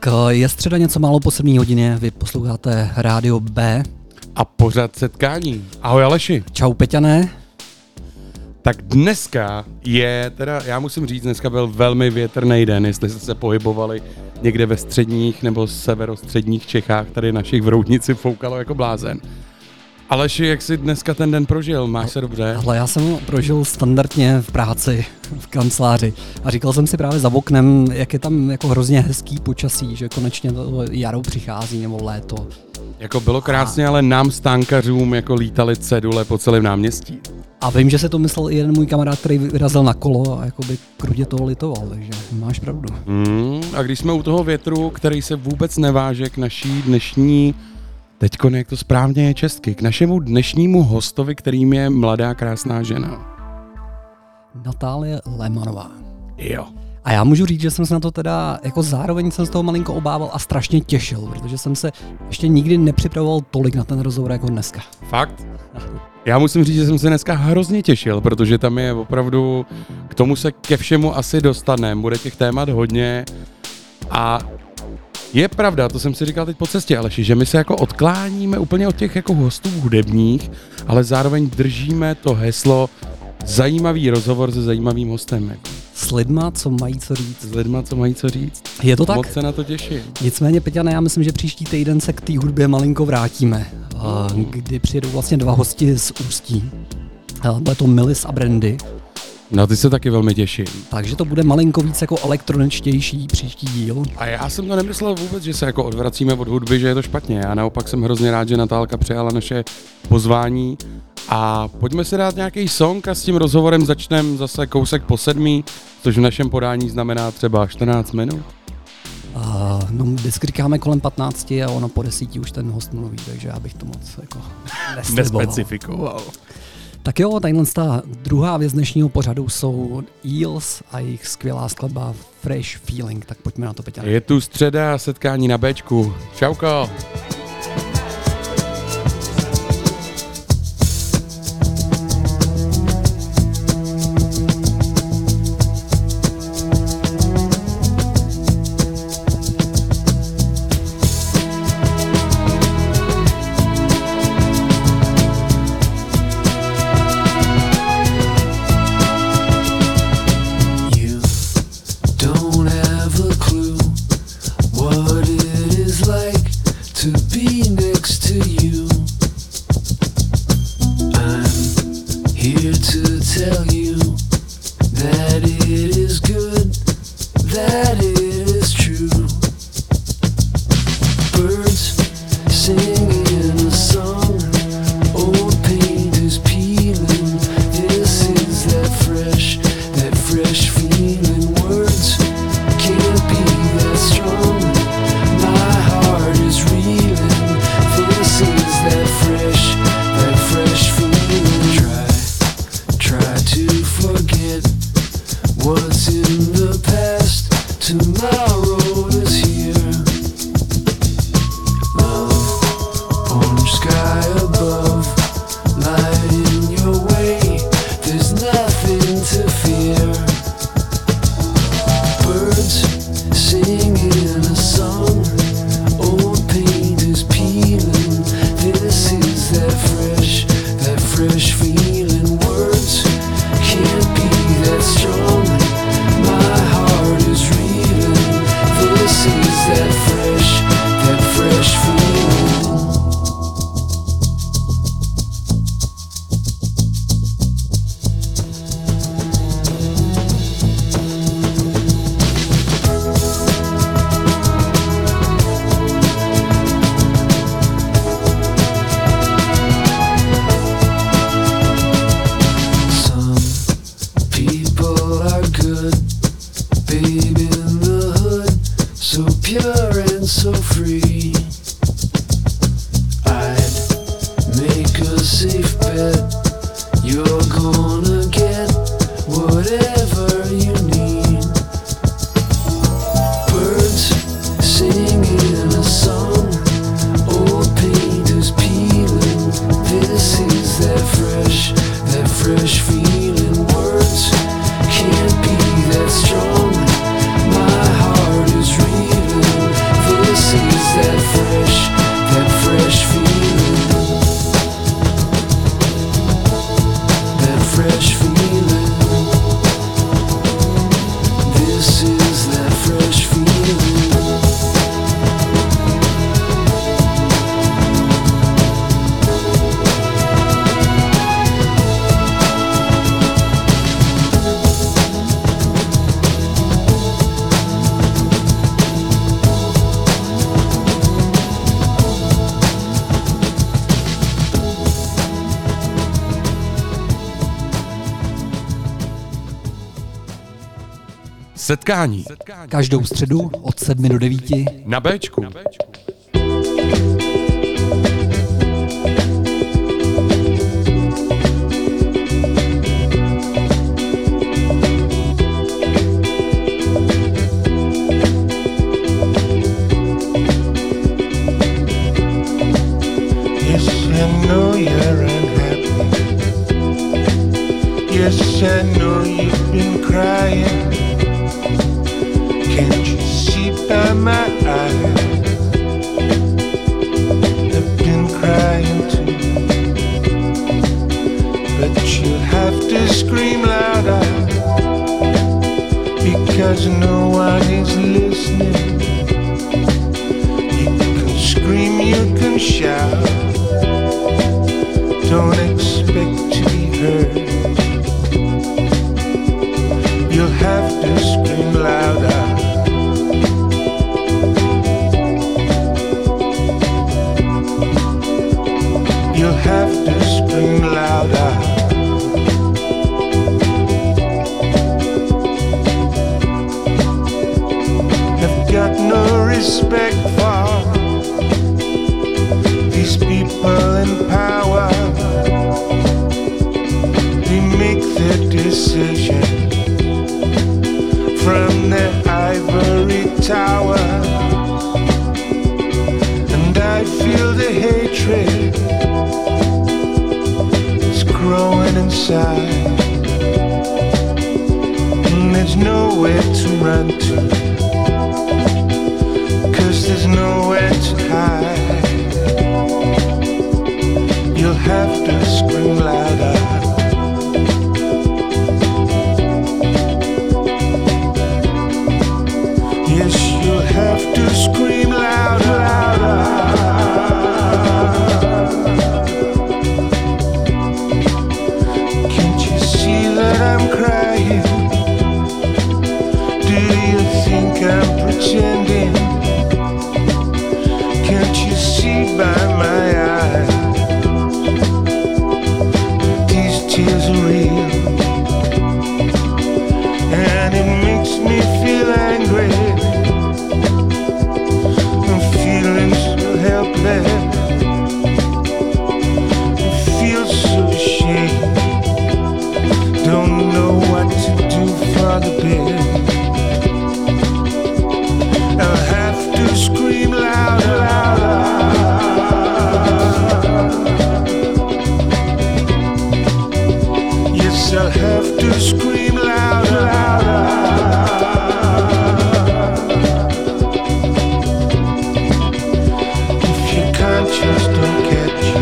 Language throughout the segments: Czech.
je středa něco málo po 7 hodině, vy posloucháte Rádio B. A pořad setkání. Ahoj Aleši. Čau Peťané. Tak dneska je, teda já musím říct, dneska byl velmi větrný den, jestli jste se pohybovali někde ve středních nebo severostředních Čechách, tady našich v Roudnici foukalo jako blázen. Aleši, jak jsi dneska ten den prožil? Máš se dobře? Ale já jsem ho prožil standardně v práci, v kanceláři a říkal jsem si právě za oknem, jak je tam jako hrozně hezký počasí, že konečně to jaro přichází nebo léto. Jako bylo krásně, ale nám stánkařům jako lítali cedule po celém náměstí. A vím, že se to myslel i jeden můj kamarád, který vyrazil na kolo a jakoby krutě toho litoval, takže máš pravdu. A když jsme u toho větru, který se vůbec neváže k naší dnešní, teďko jak to správně je česky, k našemu dnešnímu hostovi, kterým je mladá krásná žena. Natálie Lemanová. Jo. A já můžu říct, že jsem se na to teda, jako zároveň jsem z toho malinko obával a strašně těšil, protože jsem se ještě nikdy nepřipravoval tolik na ten rozhovor jako dneska. Fakt? Já musím říct, že jsem se dneska hrozně těšil, protože tam je opravdu, k tomu se ke všemu asi dostaneme, bude těch témat hodně a je pravda, to jsem si říkal teď po cestě, Aleši, že my se jako odkláníme úplně od těch jako hostů hudebních, ale zároveň držíme to heslo zajímavý rozhovor se zajímavým hostem. Jako. S lidma, co mají co říct. S lidma, co mají co říct. Je to tak? Moc se na to těším. Nicméně, Peťane, já myslím, že příští týden se k té hudbě malinko vrátíme, kdy přijedou vlastně dva hosti z Ústí. Bude to Milis a Brandy. Na ty se taky velmi těším. Takže to bude malinko víc jako elektroničtější příští díl. A já jsem to nemyslel vůbec, že se jako odvracíme od hudby, že je to špatně. Já naopak jsem hrozně rád, že Natálka přijala naše pozvání. A pojďme si dát nějaký song a s tím rozhovorem začneme zase kousek po 7, což v našem podání znamená třeba 14 minut. No, vždycky říkáme kolem 15 a ono po 10 už ten host mluví, takže já bych to moc jako nespecifikoval. Tak jo, tadyhle ta druhá věc dnešního pořadu jsou Eels a jejich skvělá skladba Fresh Feeling, tak pojďme na to, Peťa. Je tu středa, setkání na Bčku. Čauko! Setkání. Každou středu od 7 do 9 Na Bčku. Yes, I know you've been crying. Can't you see by my eyes? I've been crying too. But you'll have to scream louder, because no one is listening. You can scream, you can shout. Don't expect to be heard. You'll have to scream louder. You'll have to scream louder. I've got no respect for these people in power. They make their decisions from their ivory tower, and I feel the hatred is growing inside, and there's nowhere to run to, 'cause there's nowhere to hide. You'll have to scream louder. Yes, you'll have to scream louder, louder. Can't you see that I'm crying? Do you think I'm pretending? Can't you see by my eyes? These tears are real, and it makes me feel angry. Helpless, I feel so ashamed. Don't know what to do for the best. I'll have to scream louder, louder. Yes, I'll have to scream louder, louder. Just don't get you,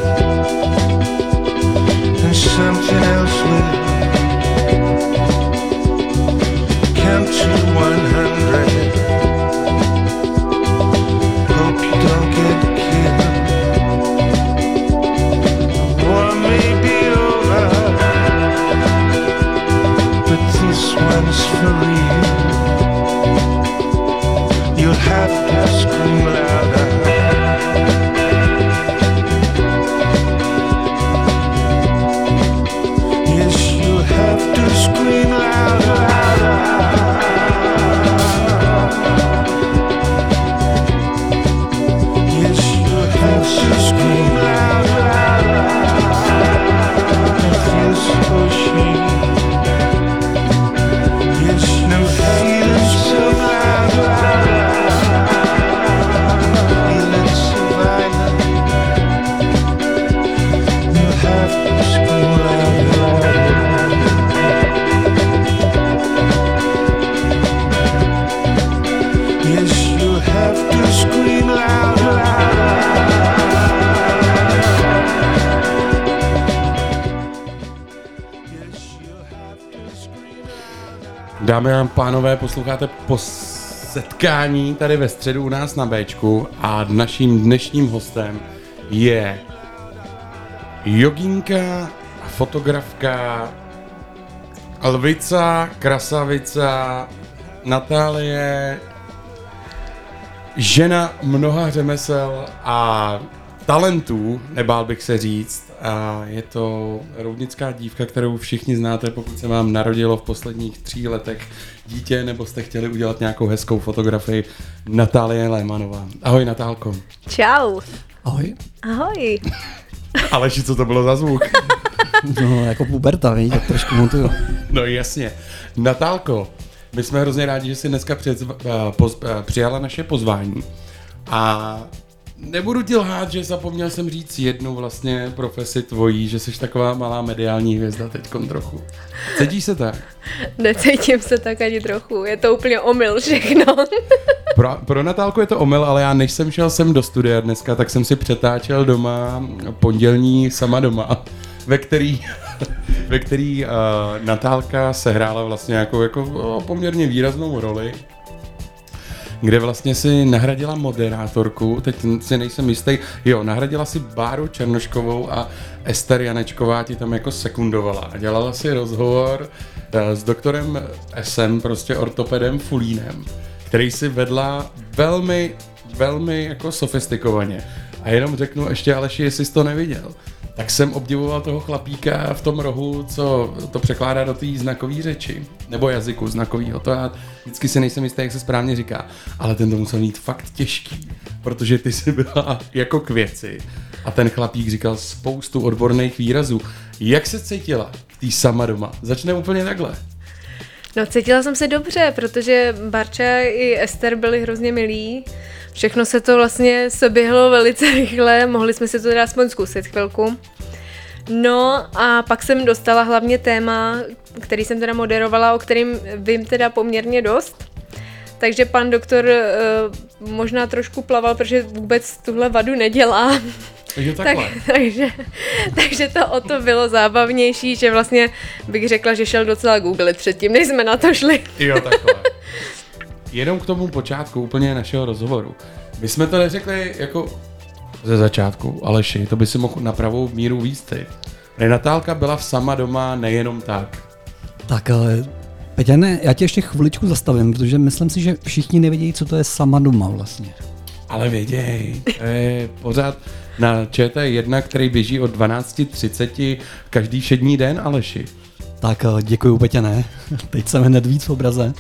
and something else will. Count to 100. Hope you don't get killed. The war may be over, but this one's for real. You'll have to scream louder. Scream louder, louder. Yes, you have to scream louder, louder. I feel so ashamed. Yes, you feel so louder, louder. Feeling so violent. You have to scream louder, louder. Yes, you have to scream louder, louder. Yes, you have to scream louder. Dámy a pánové, posloucháte po setkání tady ve středu u nás na Bčku a naším dnešním hostem je jogínka, fotografka, lvica, krasavica, Natálie, žena mnoha řemesel a talentů, nebál bych se říct, a je to roudnická dívka, kterou všichni znáte, pokud se vám narodilo v posledních 3 letech dítě, nebo jste chtěli udělat nějakou hezkou fotografii. Natálie Lémanová. Ahoj, Natálko. Čau. Ahoj. Ahoj. Aleši, co to bylo za zvuk? No, jako puberta, víš, tak trošku montuju. No jasně. Natálko, my jsme hrozně rádi, že jsi dneska přijala naše pozvání. A nebudu ti lhát, že zapomněl jsem říct jednu vlastně profesi tvojí, že jsi taková malá mediální hvězda teďkon trochu. Cítíš se tak? Necítím se tak ani trochu, je to úplně omyl všechno. Pro Natálku je to omyl, ale já než jsem šel sem do studia dneska, tak jsem si přetáčel doma pondělní Sama doma, ve který Natálka sehrála vlastně jako poměrně výraznou roli, kde vlastně si nahradila moderátorku, teď si nejsem jistý, nahradila si Báru Černoškovou a Ester Janečková ti tam jako sekundovala a dělala si rozhovor s doktorem SM, prostě ortopedem Fulínem, který si vedla velmi, velmi jako sofistikovaně. A jenom řeknu ještě, Aleši, jestli jsi to neviděl, tak jsem obdivoval toho chlapíka v tom rohu, co to překládá do té znakové řeči, nebo jazyku znakového. To já vždycky si nejsem jistý, jak se správně říká, ale ten to musel mít fakt těžký, protože ty jsi byla jako k věci a ten chlapík říkal spoustu odborných výrazů. Jak se cítila v té Sama doma? Začne úplně takhle. No, cítila jsem se dobře, protože Barča i Ester byli hrozně milí. Všechno se to vlastně seběhlo velice rychle, mohli jsme si to teda aspoň zkusit chvilku. No a pak jsem dostala hlavně téma, který jsem teda moderovala, o kterým vím teda poměrně dost. Takže pan doktor možná trošku plaval, protože vůbec tuhle vadu nedělá. Takže takhle. Takže to o to bylo zábavnější, že vlastně bych řekla, že šel docela googlit předtím, než jsme na to šli. Jo, takhle. Jenom k tomu počátku úplně našeho rozhovoru. My jsme to neřekli jako ze začátku, Aleši, to by si mohl na pravou míru víc ty. Natálka byla v Sama doma nejenom tak. Tak, Peťane, já tě ještě chviličku zastavím, protože myslím si, že všichni nevědějí, co to je Sama doma vlastně. Ale věděj, to je pořád na ČT1, který běží od 12:30 každý všední den, Aleši. Tak děkuju, Peťane, teď jsem hned víc v obraze.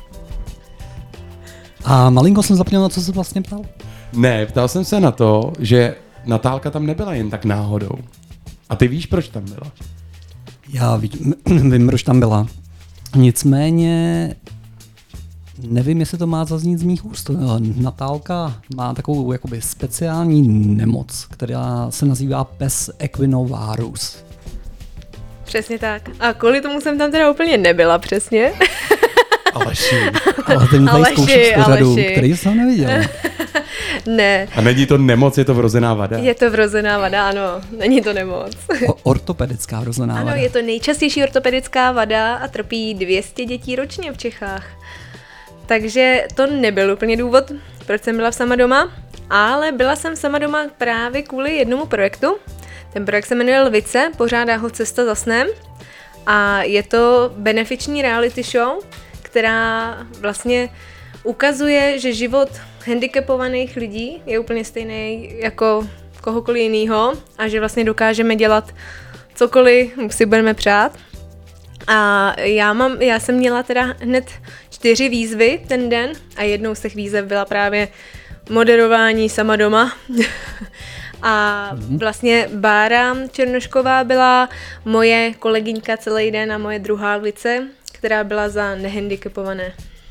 A malinko jsem zapněl, na co se vlastně ptal? Ne, ptal jsem se na to, že Natálka tam nebyla jen tak náhodou. A ty víš, proč tam byla? Já vím, proč tam byla. Nicméně nevím, jestli to má zaznít z mých úst. Natálka má takovou jakoby speciální nemoc, která se nazývá pes equinovarus. Přesně tak. A kvůli tomu jsem tam teda úplně nebyla přesně. Aleši. Ale ty mi tady zkoušíš z pořadu, který jsem neviděl. Ne. A není to nemoc, je to vrozená vada? Je to vrozená vada, ano. Není to nemoc. Ortopedická vrozená vada. Ano, je to nejčastější ortopedická vada a trpí 200 dětí ročně v Čechách. Takže to nebyl úplně důvod, proč jsem byla Sama doma, ale byla jsem Sama doma právě kvůli jednomu projektu. Ten projekt se jmenuje Lvice, pořádá ho Cesta za snem a je to benefiční reality show, která vlastně ukazuje, že život handicapovaných lidí je úplně stejný jako kohokoliv jinýho a že vlastně dokážeme dělat cokoliv si budeme přát. A já jsem měla teda hned 4 výzvy ten den a jednou z těch výzev byla právě moderování Sama doma. A vlastně Bára Černošková byla moje kolegyňka celý den a moje druhá Lice, která byla za nehandicapované.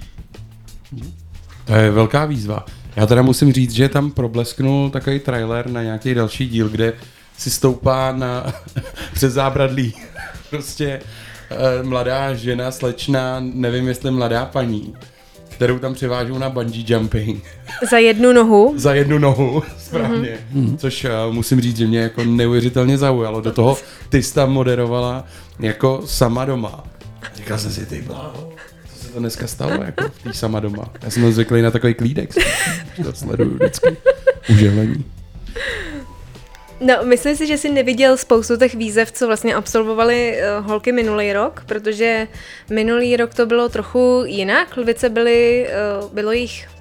To je velká výzva. Já teda musím říct, že tam problesknul takový trailer na nějaký další díl, kde si stoupá na přes zábradlí prostě mladá žena, slečna, nevím jestli mladá paní, kterou tam převážou na bungee jumping. Za jednu nohu. Za jednu nohu, správně. Což musím říct, že mě jako neuvěřitelně zaujalo. Do toho ty jsi tam moderovala jako Sama doma. Říkal jsem si, ty bláho, co se to dneska stalo jako v té Sama doma. Já jsem zvyklý na takový klídek, to sleduju vždycky. Uživlení. No, myslím si, že jsi neviděl spoustu těch výzev, co vlastně absolvovaly holky minulý rok, protože minulý rok to bylo trochu jinak. Lvice bylo jich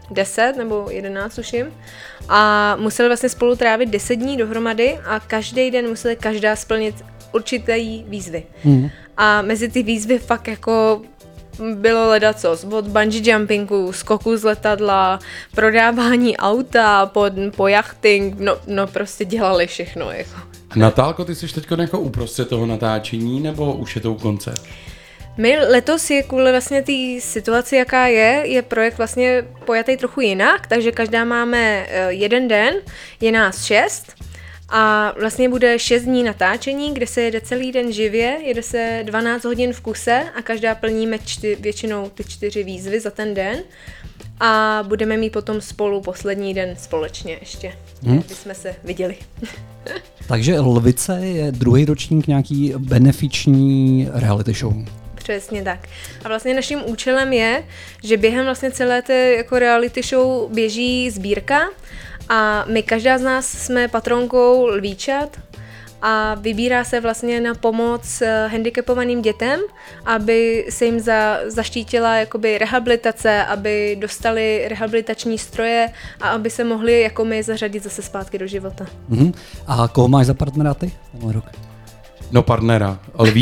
10 nebo 11 tuším. A museli vlastně spolu trávit 10 dní dohromady a každý den museli každá splnit určité výzvy. A mezi ty výzvy fakt jako bylo ledacos, od bungee jumpingu, skoku z letadla, prodávání auta, po yachting, no prostě dělali všechno. Jako. Natálko, ty jsi teď jako uprostřed toho natáčení, nebo už je to u konce? My letos je kvůli vlastně té situaci, jaká je projekt vlastně pojatý trochu jinak, takže každá máme jeden den, je nás 6 a vlastně bude 6 dní natáčení, kde se jede celý den živě, jede se 12 hodin v kuse a každá plníme většinou ty 4 výzvy za ten den a budeme mít potom spolu poslední den společně ještě, aby jsme se viděli. Takže Lvice je druhý ročník nějaký benefiční reality show. Přesně tak. A vlastně naším účelem je, že během vlastně celé té jako reality show běží sbírka a my každá z nás jsme patronkou Lvíčat a vybírá se vlastně na pomoc handicapovaným dětem, aby se jim zaštítila jakoby rehabilitace, aby dostali rehabilitační stroje a aby se mohli jako my zařadit zase zpátky do života. A koho máš za partnera ty tenhle rok? No partnera,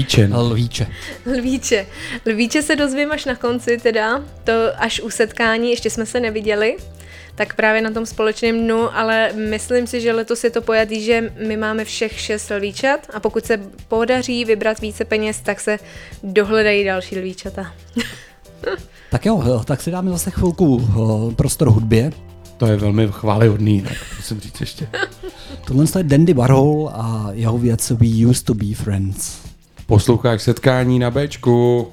Lvíče se dozvím až na konci teda, to až u setkání, ještě jsme se neviděli, tak právě na tom společném dnu, ale myslím si, že letos je to pojatý, že my máme všech 6 lvíčat a pokud se podaří vybrat více peněz, tak se dohledají další lvíčata. Tak jo, tak si dáme zase chvilku prostor hudbě. To je velmi chvályhodný, tak musím říct ještě. Tohle je Dandy Warhol a jeho věc We Used to Be Friends. Posloucháš setkání na Bčku.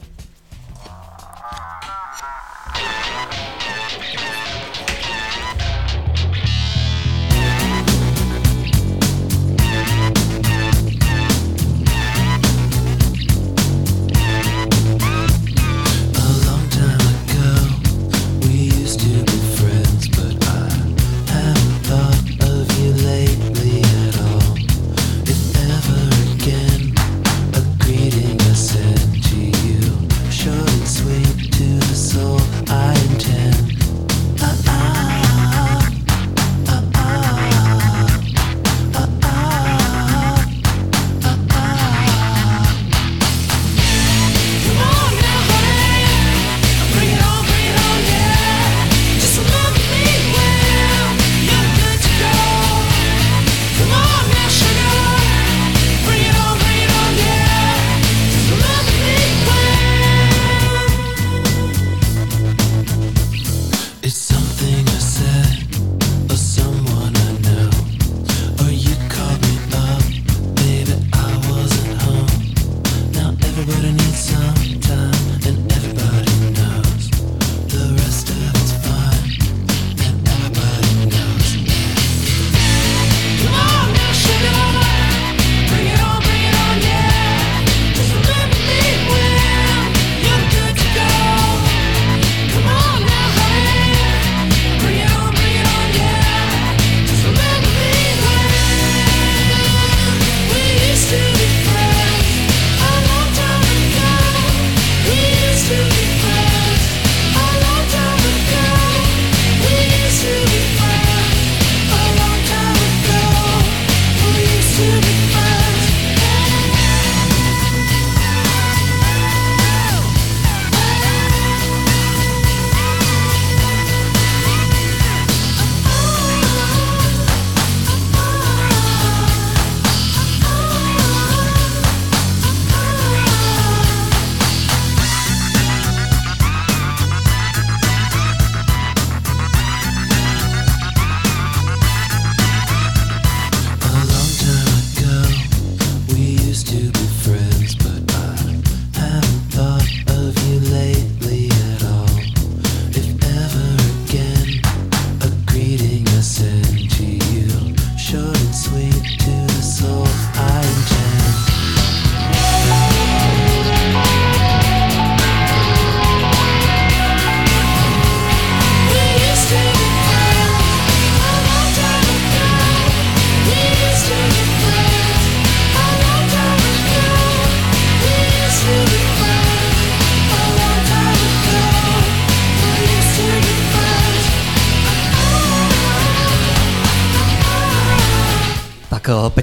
Greeting I send to you.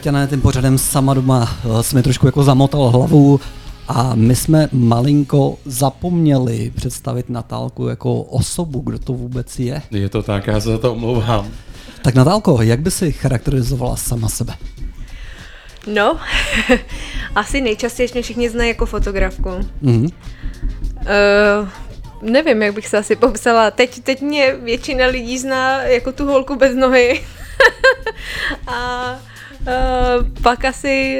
Peťané, tím pořadem Sama doma jsme trošku jako zamotal hlavu a my jsme malinko zapomněli představit Natálku jako osobu, kdo to vůbec je. Je to tak, já se za to omlouvám. Tak Natálko, jak by si charakterizovala sama sebe? No, asi nejčastěji mě všichni znají jako fotografku. Nevím, jak bych se asi popsala. Teď mě většina lidí zná jako tu holku bez nohy. A pak asi,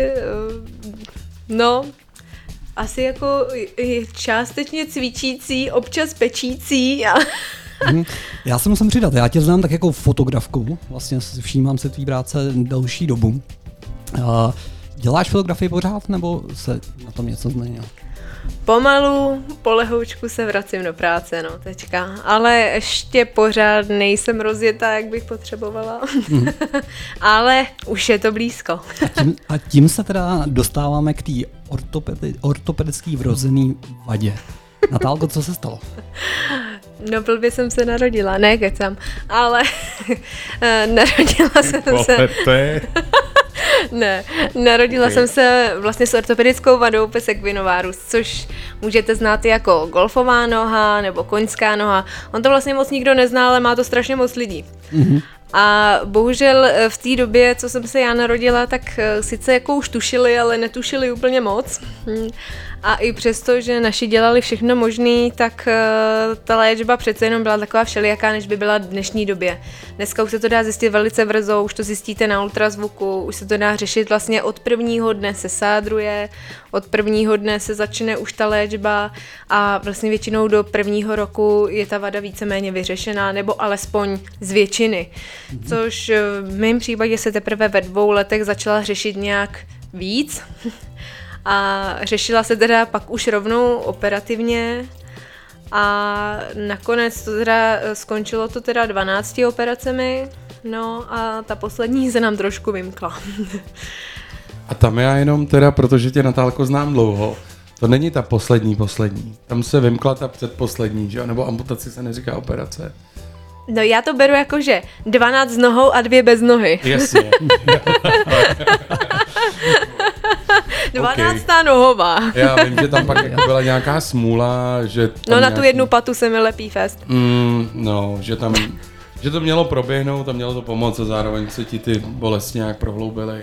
asi jako částečně cvičící, občas pečící. Já se musím přidat, já tě znám tak jako fotografku, vlastně všímám se tvý práce delší dobu. Děláš fotografii pořád, nebo se na tom něco změnilo? Pomalu, polehoučku se vracím do práce, no, teďka. Ale ještě pořád nejsem rozjetá, jak bych potřebovala. Ale už je to blízko. A tím se teda dostáváme k té ortopedický vrozený vadě. Natálko, co se stalo? No, blbě jsem se narodila, ne kecam, ale narodila jsem se... Ne, narodila jsem se vlastně s ortopedickou vadou pes equinovarus, což můžete znát jako golfová noha nebo koňská noha. On to vlastně moc nikdo nezná, ale má to strašně moc lidí. A bohužel v té době, co jsem se já narodila, tak sice jako už tušili, ale netušili úplně moc. A i přesto, že naši dělali všechno možný, tak ta léčba přece jenom byla taková všelijaká, než by byla v dnešní době. Dneska už se to dá zjistit velice brzo, už to zjistíte na ultrazvuku, už se to dá řešit vlastně od prvního dne se sádruje, od prvního dne se začne už ta léčba a vlastně většinou do prvního roku je ta vada víceméně vyřešená, nebo alespoň z většiny. Což v mém případě se teprve ve 2 letech začala řešit nějak víc. A řešila se teda pak už rovnou operativně a nakonec to teda skončilo to teda 12 operacemi, no a ta poslední se nám trošku vymkla. A tam já jenom teda, protože tě Natálko znám dlouho, to není ta poslední. Tam se vymkla ta předposlední, že jo? Nebo amputaci se neříká operace. No já to beru jako, že 12 s nohou a 2 bez nohy. Jasně. 12. nohová. Já vím, že tam pak jako byla nějaká smůla, že... No na tu jednu patu se mi lepí fest. Že to mělo proběhnout a mělo to pomoct a zároveň se ti ty bolesti nějak prohloubily.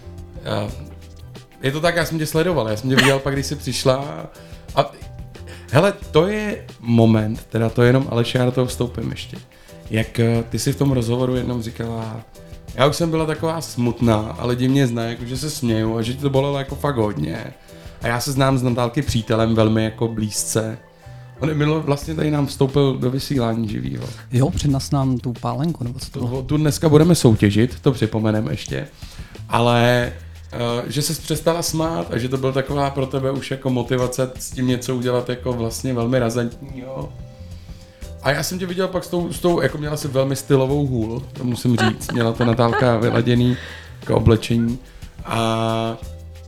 Je to tak, já jsem tě sledoval, já jsem tě viděl pak, když jsi přišla a hele, to je moment, teda to jenom Aleši, já do toho vstoupím ještě. Jak ty jsi v tom rozhovoru jednou říkala, já už jsem byla taková smutná a lidi mě znají, jako, že se smějou a že ti to bolelo jako fakt hodně. A já se znám s Natálky přítelem velmi jako blízce. On vlastně tady nám vstoupil do vysílání živýho. Jo, přinas nám tu pálenku, nebo co to? Tu dneska budeme soutěžit, to připomeneme ještě. Ale že ses přestala smát a že to byl taková pro tebe už jako motivace s tím něco udělat jako vlastně velmi razantního. A já jsem tě viděl pak s tou jako měla si velmi stylovou hůl, to musím říct, měla to Natálka vyladěný k oblečení a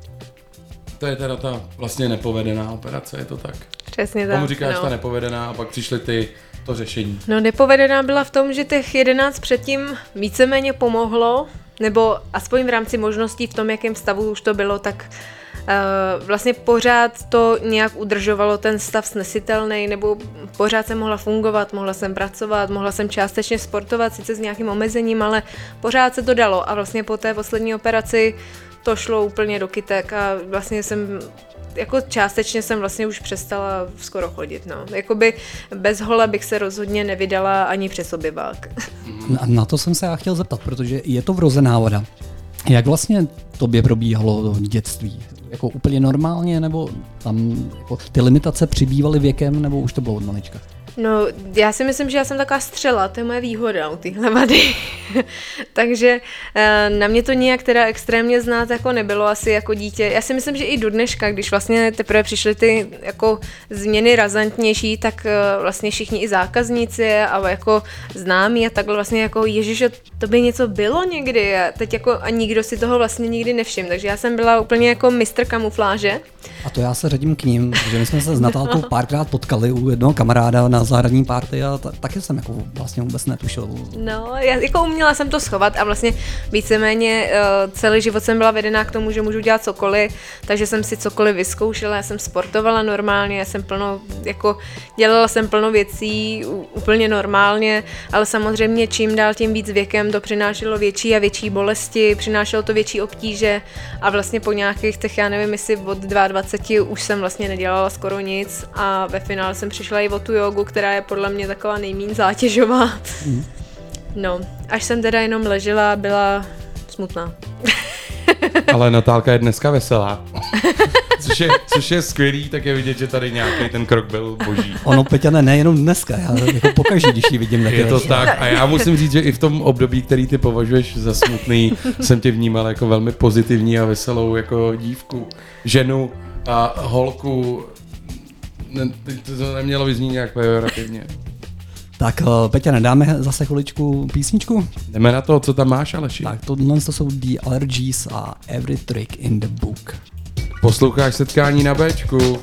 to je teda ta vlastně nepovedená operace, je to tak? Přesně tak. Tomu říkáš ta nepovedená a pak přišly to řešení. No nepovedená byla v tom, že těch 11 předtím víceméně pomohlo, nebo aspoň v rámci možností v tom, jakém stavu už to bylo, tak vlastně pořád to nějak udržovalo ten stav snesitelný, nebo pořád jsem mohla fungovat, mohla jsem pracovat, mohla jsem částečně sportovat, sice s nějakým omezením, ale pořád se to dalo a vlastně po té poslední operaci to šlo úplně do kytek a vlastně jako částečně jsem vlastně už přestala skoro chodit, no. Jakoby bez hola bych se rozhodně nevydala ani přes obyvák. Na to jsem se já chtěl zeptat, protože je to vrozená vada. Jak vlastně tobě probíhalo dětství? Jako úplně normálně, nebo tam jako ty limitace přibývaly věkem, nebo už to bylo od malička? No, já si myslím, že já jsem taková střela, to je moje výhoda u téhle vady. Takže na mě to nějak teda extrémně znát jako nebylo asi jako dítě. Já si myslím, že i do dneška, když vlastně teprve přišly ty jako změny razantnější, tak vlastně všichni i zákazníci a jako známí a takhle vlastně jako ježiš, to by něco bylo někdy a teď jako a nikdo si toho vlastně nikdy nevšiml. Takže já jsem byla úplně jako mistr kamufláže. A to já se řadím k ním, že my jsme se s Natálkou párkrát potkali u jednoho kamaráda na zahradní party a taky jsem jako vlastně vůbec netušil. No, já jako uměla jsem to schovat a vlastně víceméně celý život jsem byla vedená k tomu, že můžu dělat cokoliv, takže jsem si cokoliv vyzkoušela, já jsem sportovala normálně, já jsem dělala jsem plno věcí úplně normálně, ale samozřejmě čím dál tím víc věkem to přinášelo větší a větší bolesti, přinášelo to větší obtíže a vlastně po nějakých těch, já nevím, jestli od 22 už jsem vlastně nedělala skoro nic a ve finále jsem přišla i o tu jogu, která je podle mě taková nejméně zátěžová. No, až jsem teda jenom ležela, byla smutná. Ale Natálka je dneska veselá. Což je skvělý, tak je vidět, že tady nějaký ten krok byl boží. Ono, Peťane, nejenom dneska, já jako pokaždé, když ji vidím. Je to tak a já musím říct, že i v tom období, který ty považuješ za smutný, jsem tě vnímal jako velmi pozitivní a veselou jako dívku, ženu a holku. To nemělo vyznít nějak pejorativně. Tak, Peťane, dáme zase chviličku písničku? Jdeme na to, co tam máš, Aleši. Tak, tohle to jsou The Allergies a Every Trick in the Book. Posloucháš Setkání na Bčku.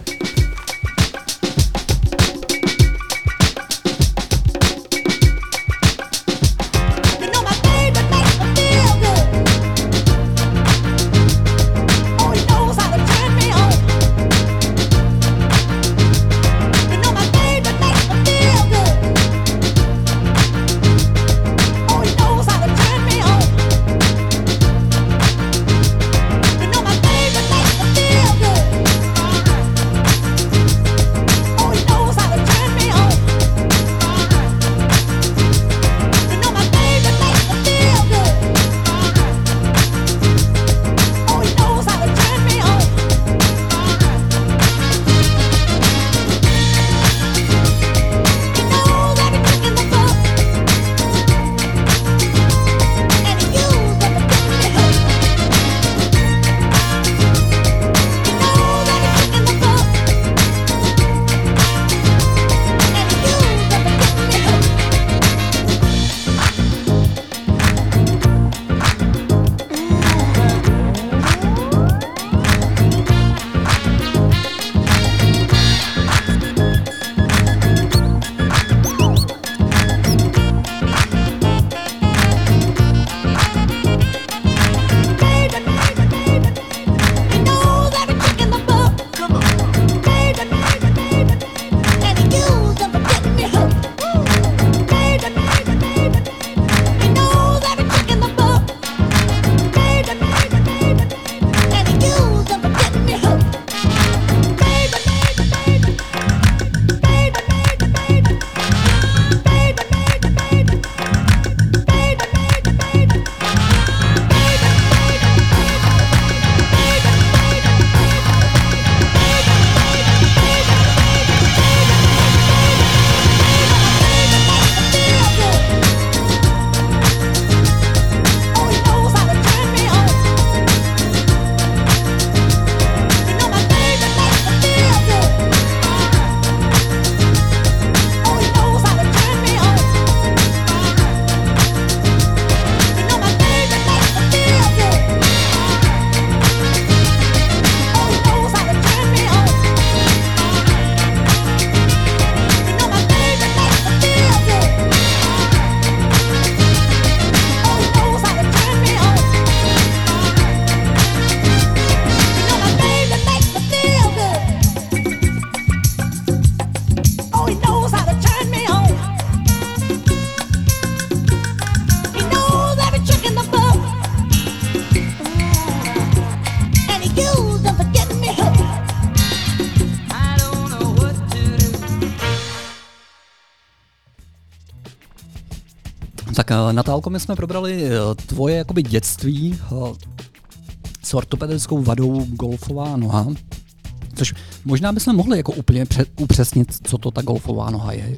Tak Natálko, my jsme probrali tvoje jakoby dětství s ortopedickou vadou golfová noha, což možná bychom mohli jako úplně upřesnit, co to ta golfová noha je.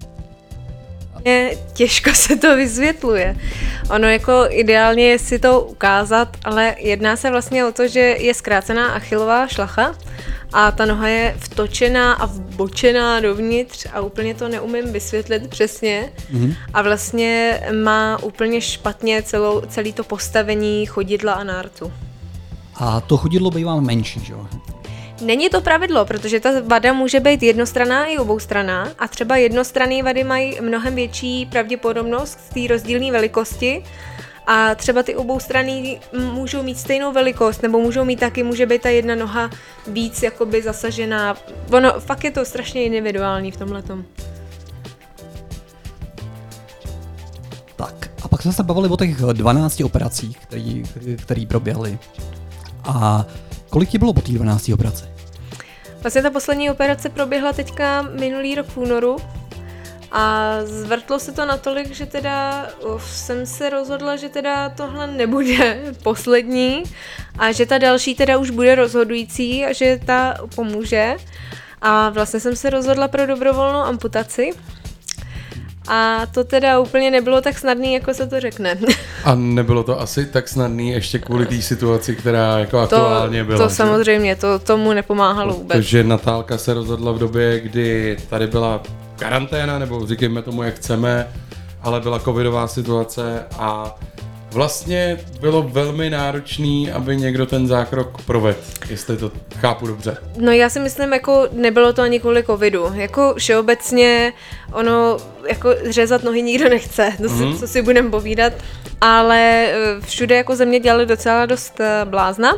Těžko se to vysvětluje. Ono jako ideálně je si to ukázat, ale jedná se vlastně o to, že je zkrácená achilová šlacha a ta noha je vtočená a vbočená dovnitř a úplně to neumím vysvětlit přesně. A vlastně má úplně špatně celý to postavení chodidla a nártu. A to chodidlo bývá menší, že jo? Není to pravidlo, protože ta vada může být jednostranná i oboustranná a třeba jednostranné vady mají mnohem větší pravděpodobnost z té rozdílné velikosti a třeba ty oboustranný můžou mít stejnou velikost nebo může být ta jedna noha víc jakoby zasažená. Ono fakt je to strašně individuální v tomhletom. Tak a pak jsme se bavili o těch 12 operacích, které proběhly. A kolik ti bylo po té 12 operaci? Vlastně ta poslední operace proběhla teďka minulý rok v únoru a zvrtlo se to natolik, že teda jsem se rozhodla, že teda tohle nebude poslední a že ta další teda už bude rozhodující a že ta pomůže. A vlastně jsem se rozhodla pro dobrovolnou amputaci. A to teda úplně nebylo tak snadný, jako se to řekne. A nebylo to asi tak snadný ještě kvůli té situaci, která jako aktuálně byla. To samozřejmě, to tomu nepomáhalo vůbec. Protože Natálka se rozhodla v době, kdy tady byla karanténa, nebo říkejme tomu, jak chceme, ale byla covidová situace a vlastně bylo velmi náročný, aby někdo ten zákrok provedl, jestli to chápu dobře. No já si myslím, jako nebylo to ani kvůli covidu. Jako všeobecně ono, jako řezat nohy nikdo nechce, co si budeme povídat, ale všude jako ze mě dělali docela dost blázna.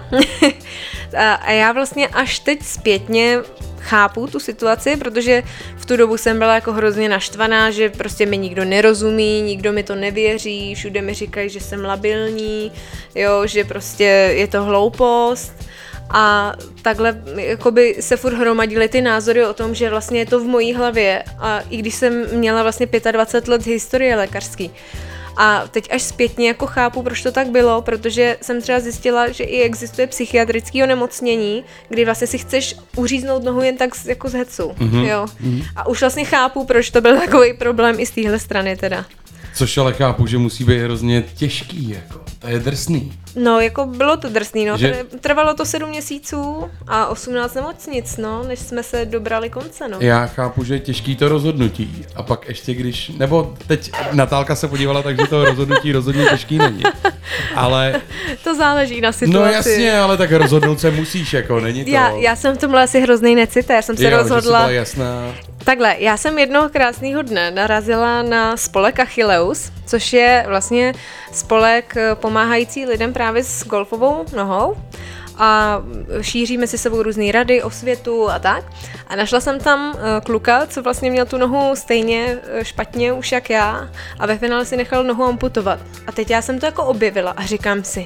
A já vlastně až teď zpětně chápu tu situaci, protože v tu dobu jsem byla jako hrozně naštvaná, že prostě mi nikdo nerozumí, nikdo mi to nevěří, všude mi říkají, že jsem labilní, jo, že prostě je to hloupost a takhle jakoby se furt hromadily ty názory o tom, že vlastně je to v mojí hlavě a i když jsem měla vlastně 25 let historie lékařský. A teď až zpětně jako chápu, proč to tak bylo, protože jsem třeba zjistila, že i existuje psychiatrické onemocnění, kdy vlastně si chceš uříznout nohu jen tak jako z hecu, jo. A už vlastně chápu, proč to byl takový problém i z téhle strany teda. Což ale chápu, že musí být hrozně těžký, jako, to je drsný. No, jako bylo to drsný, no, že... trvalo to 7 měsíců a 18 nemocnic, no, než jsme se dobrali konce, no. Já chápu, že je těžký to rozhodnutí a pak ještě když, nebo teď Natálka se podívala, takže to rozhodnutí rozhodně těžký není, ale... To záleží na situaci. No jasně, ale tak rozhodnout se musíš, jako, není to... Já jsem v tomhle asi hrozný necitér, jsem se rozhodla... Jasná. Takhle, já jsem jednoho krásného dne narazila na spolek Achilleus, což je vlastně spolek pomáhající lidem právě s golfovou nohou a šíříme si sebou různé rady, osvětu a tak. A našla jsem tam kluka, co vlastně měl tu nohu stejně špatně už jak já a ve finále si nechal nohu amputovat. A teď já jsem to jako objevila a říkám si,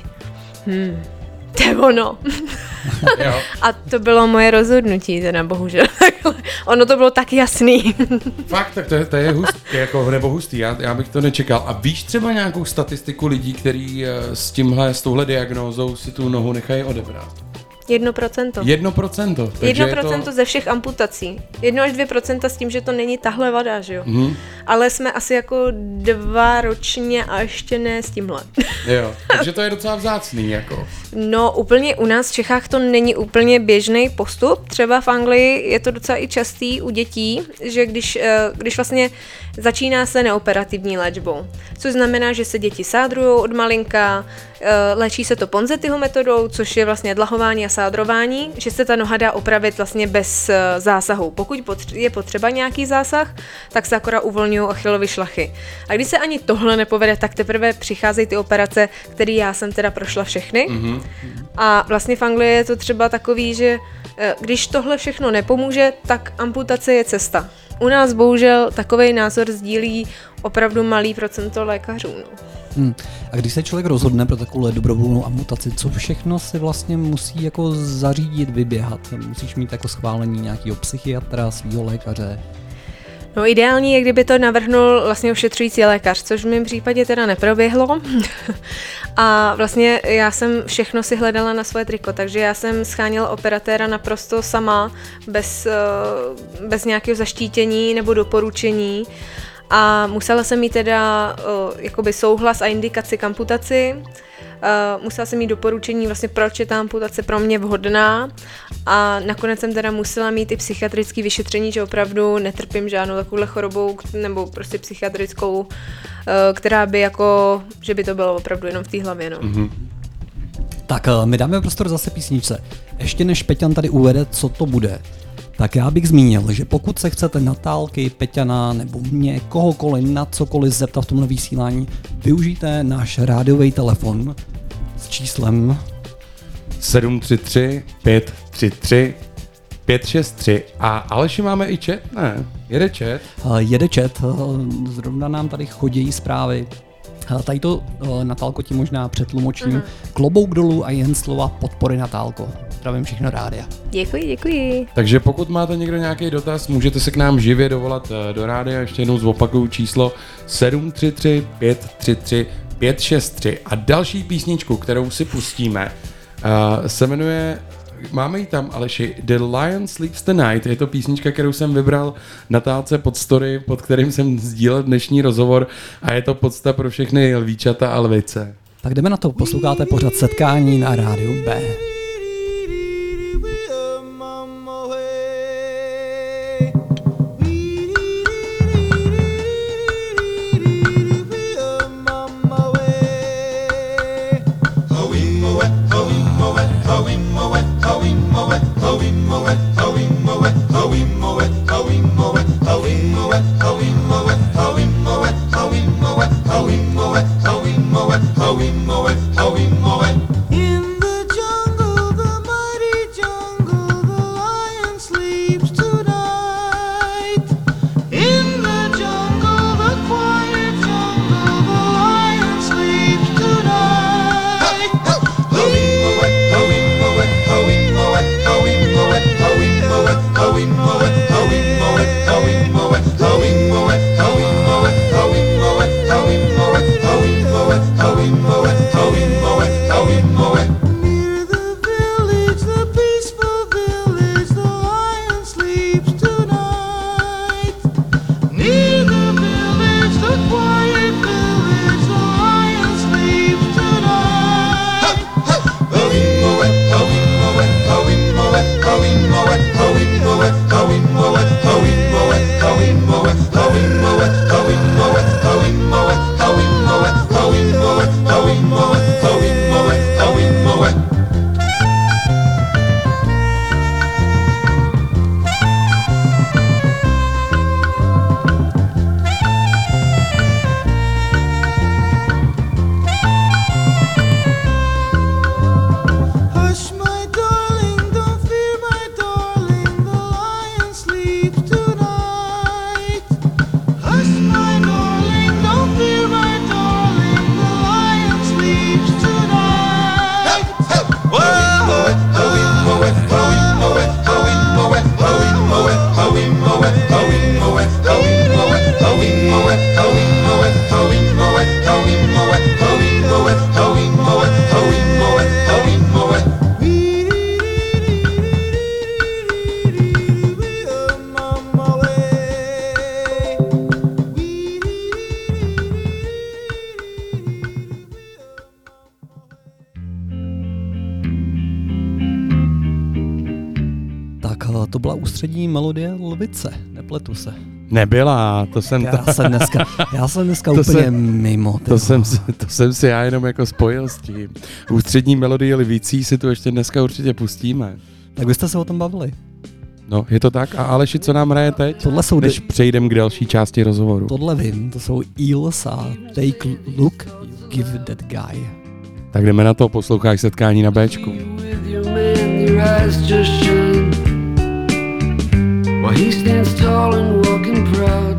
to je ono. Jo. A to bylo moje rozhodnutí, teda bohužel. Ono to bylo tak jasný. Fakt, tak to je hustý, jako, nebo hustý, já bych to nečekal. A víš třeba nějakou statistiku lidí, kteří s touhle diagnózou si tu nohu nechají odebrat? 1%. 1%. 1% to... ze všech amputací. 1 až 2% s tím, že to není tahle vada, že jo? Ale jsme asi jako 2 ročně a ještě ne s tímhle. Jo, takže to je docela vzácný, jako. No úplně u nás v Čechách to není úplně běžný postup. Třeba v Anglii je to docela i častý u dětí, že když vlastně začíná se neoperativní léčbou. Což znamená, že se děti sádrujou od malinka, léčí se to Ponzettiho metodou, což je vlastně dlahování a sádrování, že se ta noha dá opravit vlastně bez zásahu. Pokud je potřeba nějaký zásah, tak se akorát uvolňují Achillovy šlachy. A když se ani tohle nepovede, tak teprve přicházejí ty operace, které já jsem teda prošla všechny. A vlastně v Anglii je to třeba takový, že když tohle všechno nepomůže, tak amputace je cesta. U nás bohužel takovej názor sdílí opravdu malý procento lékařů. No. A když se člověk rozhodne pro takovou dobrovolnou amputaci, co všechno si vlastně musí jako zařídit, vyběhat? Musíš mít jako schválení nějakého psychiatra, svého lékaře? No ideální je, kdyby to navrhnul vlastně ošetřující lékař, což v mém případě teda neproběhlo. A vlastně já jsem všechno si hledala na svoje triko, takže já jsem scháněla operatéra naprosto sama, bez nějakého zaštítění nebo doporučení. A musela jsem mít teda jakoby souhlas a indikaci k amputaci. Musela jsem mít doporučení vlastně, proč je ta amputace pro mě vhodná a nakonec jsem teda musela mít i psychiatrické vyšetření, že opravdu netrpím žádnou takovouhle chorobou nebo prostě psychiatrickou, která by jako, že by to bylo opravdu jenom v té hlavě, no. Tak my dáme prostor zase písničce. ještě než Peťan tady uvede, co to bude, tak já bych zmínil, že pokud se chcete Natálky, Peťana nebo mě, kohokoliv, na cokoliv zeptat v tomhle vysílání, využijte náš rádiový telefon s číslem 733 533 563 a Aleši, máme i chat? Ne, jede chat. Jede chat, zrovna nám tady chodí zprávy. Tady to, Natálko, ti možná přetlumočím. Klobouk dolů a jen slova podpory, Natálko. Zdravím všechno rádia. Děkuji. Takže pokud máte někdo nějaký dotaz, můžete se k nám živě dovolat do rádia. Ještě jednou zopakuju číslo 733 533 563 a další písničku, kterou si pustíme, se jmenuje, máme ji tam, Aleši, The Lion Sleeps Tonight. Je to písnička, kterou jsem vybral Natálce pod story, pod kterým jsem sdílel dnešní rozhovor a je to podsta pro všechny lvíčata a lvice. Tak jdeme na to, posloucháte pořad Setkání na rádiu B. To byla ústřední melodie Lvice, nepletu se. Nebyla, to jsem... Já jsem dneska úplně mimo. To jsem si já jenom jako spojil s tím. Ústřední melodie Lvicí si tu ještě dneska určitě pustíme. Tak vy jste se o tom bavili. No, je to tak. A Aleši, co nám hraje teď? Tohle jsou než přejdeme k další části rozhovoru. Tohle vím, to jsou Eels a Take Look, Give That Guy. Tak jdeme na to, posloucháš Setkání na Bčku. While he stands tall and walking proud.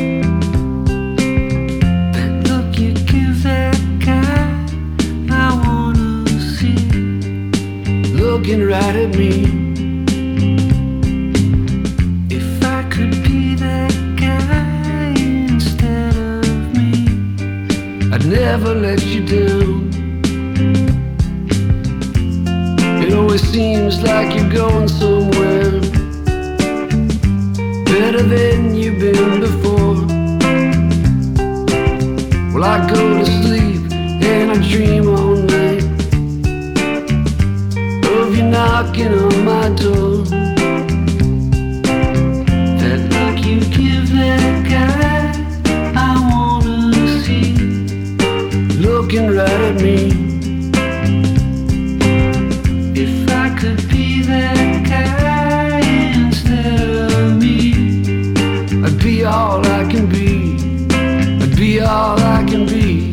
That look you give that guy, I wanna see. Looking right at me. If I could be that guy instead of me, I'd never let you down. It always seems like you're going somewhere better than you've been before. Well, I go to sleep and I dream all night of you knocking on my door. That look you give that guy, I wanna see. Looking right at me. If I could be be all I can be. I'd be all I can be.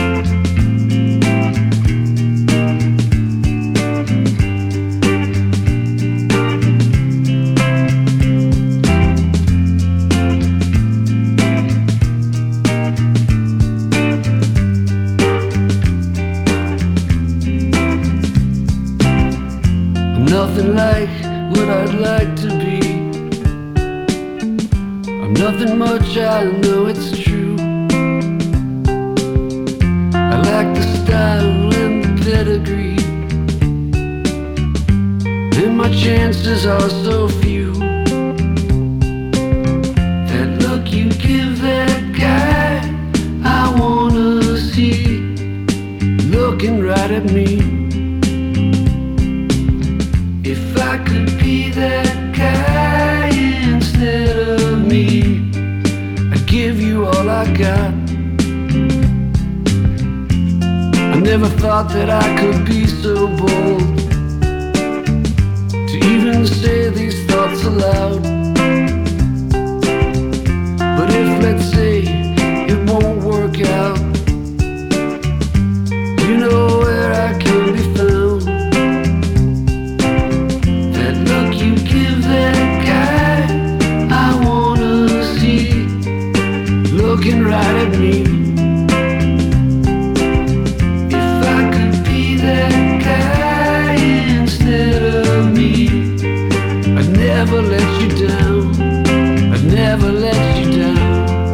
Nothing like what I'd like to be. I'm nothing much, I know it's true. I lack the style and the pedigree, and my chances are so few. That look you give that guy I wanna see, looking right at me. If I could be that guy instead of me, I'd give you all I got. I never thought that I could be so bold to even say these thoughts aloud. But if, let's say, it won't work out, you know where I can be found. You give that guy I wanna see, looking right at me. If I could be that guy instead of me, I'd never let you down. I'd never let you down.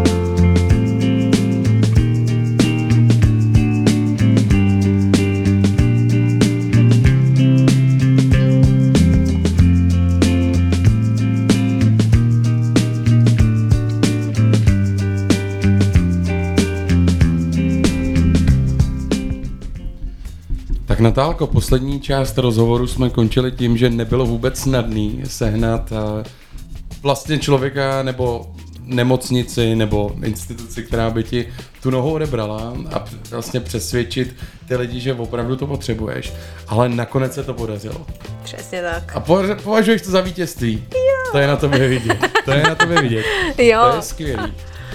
Tak Natálko, poslední část rozhovoru jsme končili tím, že nebylo vůbec snadný sehnat vlastně člověka nebo nemocnici nebo instituci, která by ti tu nohu odebrala a vlastně přesvědčit ty lidi, že opravdu to potřebuješ. Ale nakonec se to podařilo. Přesně tak. A považuješ to za vítězství? Jo. To je na tobě vidět. Jo. To je skvělý.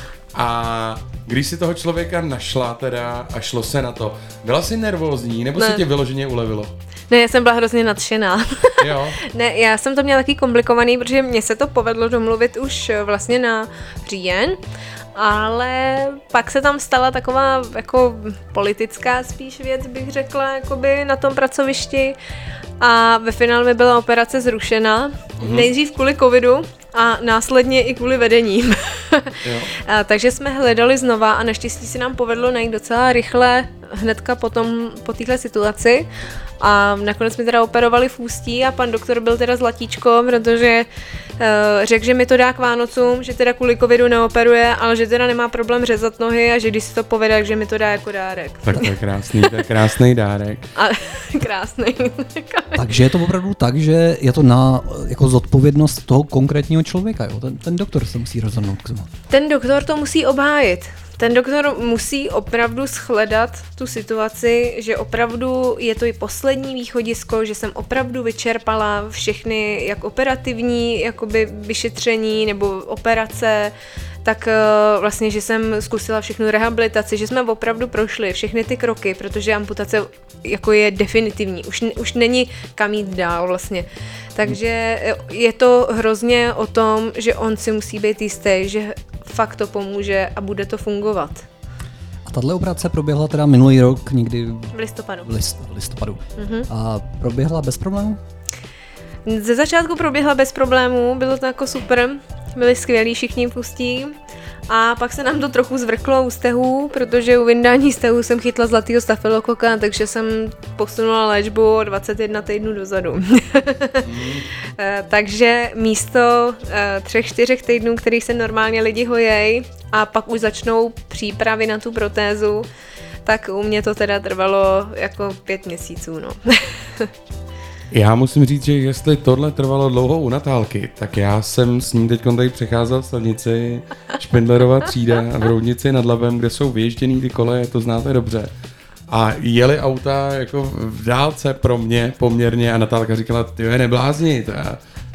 A když si toho člověka našla teda a šlo se na to, byla jsi nervózní nebo se tě vyloženě ulevilo? Ne, já jsem byla hrozně nadšená. Jo. Ne, já jsem to měla taky komplikovaný, protože mně se to povedlo domluvit už vlastně na říjen, ale pak se tam stala taková jako politická spíš věc, bych řekla, jakoby na tom pracovišti a ve finále mi byla operace zrušena, nejdřív kvůli covidu a následně i kvůli vedení. Takže jsme hledali znova a naštěstí se nám povedlo najít docela rychle hnedka potom po téhle situaci a nakonec mi teda operovali v ústí a pan doktor byl teda zlatíčko, protože řekl, že mi to dá k Vánocům, že teda kvůli covidu neoperuje, ale že teda nemá problém řezat nohy a že když si to povede, takže mi to dá jako dárek. Tak to je krásný dárek. A krásný. Takže je to opravdu tak, že je to na jako zodpovědnost toho konkrétního člověka, jo? Ten doktor se musí rozhodnout k tomu. Ten doktor to musí obhájit. Ten doktor musí opravdu shledat tu situaci, že opravdu je to i poslední východisko, že jsem opravdu vyčerpala všechny jak operativní jakoby vyšetření nebo operace, tak vlastně, že jsem zkusila všechnu rehabilitaci, že jsme opravdu prošli všechny ty kroky, protože amputace jako je definitivní, už není kam jít dál vlastně. Takže je to hrozně o tom, že on si musí být jistý, že fakt to pomůže a bude to fungovat. A tahle operace proběhla teda minulý rok někdy v listopadu. V listopadu. A proběhla bez problémů? Ze začátku proběhla bez problémů, bylo to jako super, byli skvělí všichni v ústí a pak se nám to trochu zvrklo u stehů, protože u vyndání stehů jsem chytla zlatýho stafylokoka, takže jsem posunula léčbu o 21 týdnů dozadu. Takže místo 3-4 týdnů, který se normálně lidi hojej a pak už začnou přípravy na tu protézu, tak u mě to teda trvalo jako 5 měsíců, no. Já musím říct, že jestli tohle trvalo dlouho u Natálky, tak já jsem s ní teď tady přecházel v silnici Špindlerova třída v Roudnici nad Labem, kde jsou vyježděný ty koleje, to znáte dobře. A jeli auta jako v dálce pro mě poměrně a Natálka říkala, ty neblázni,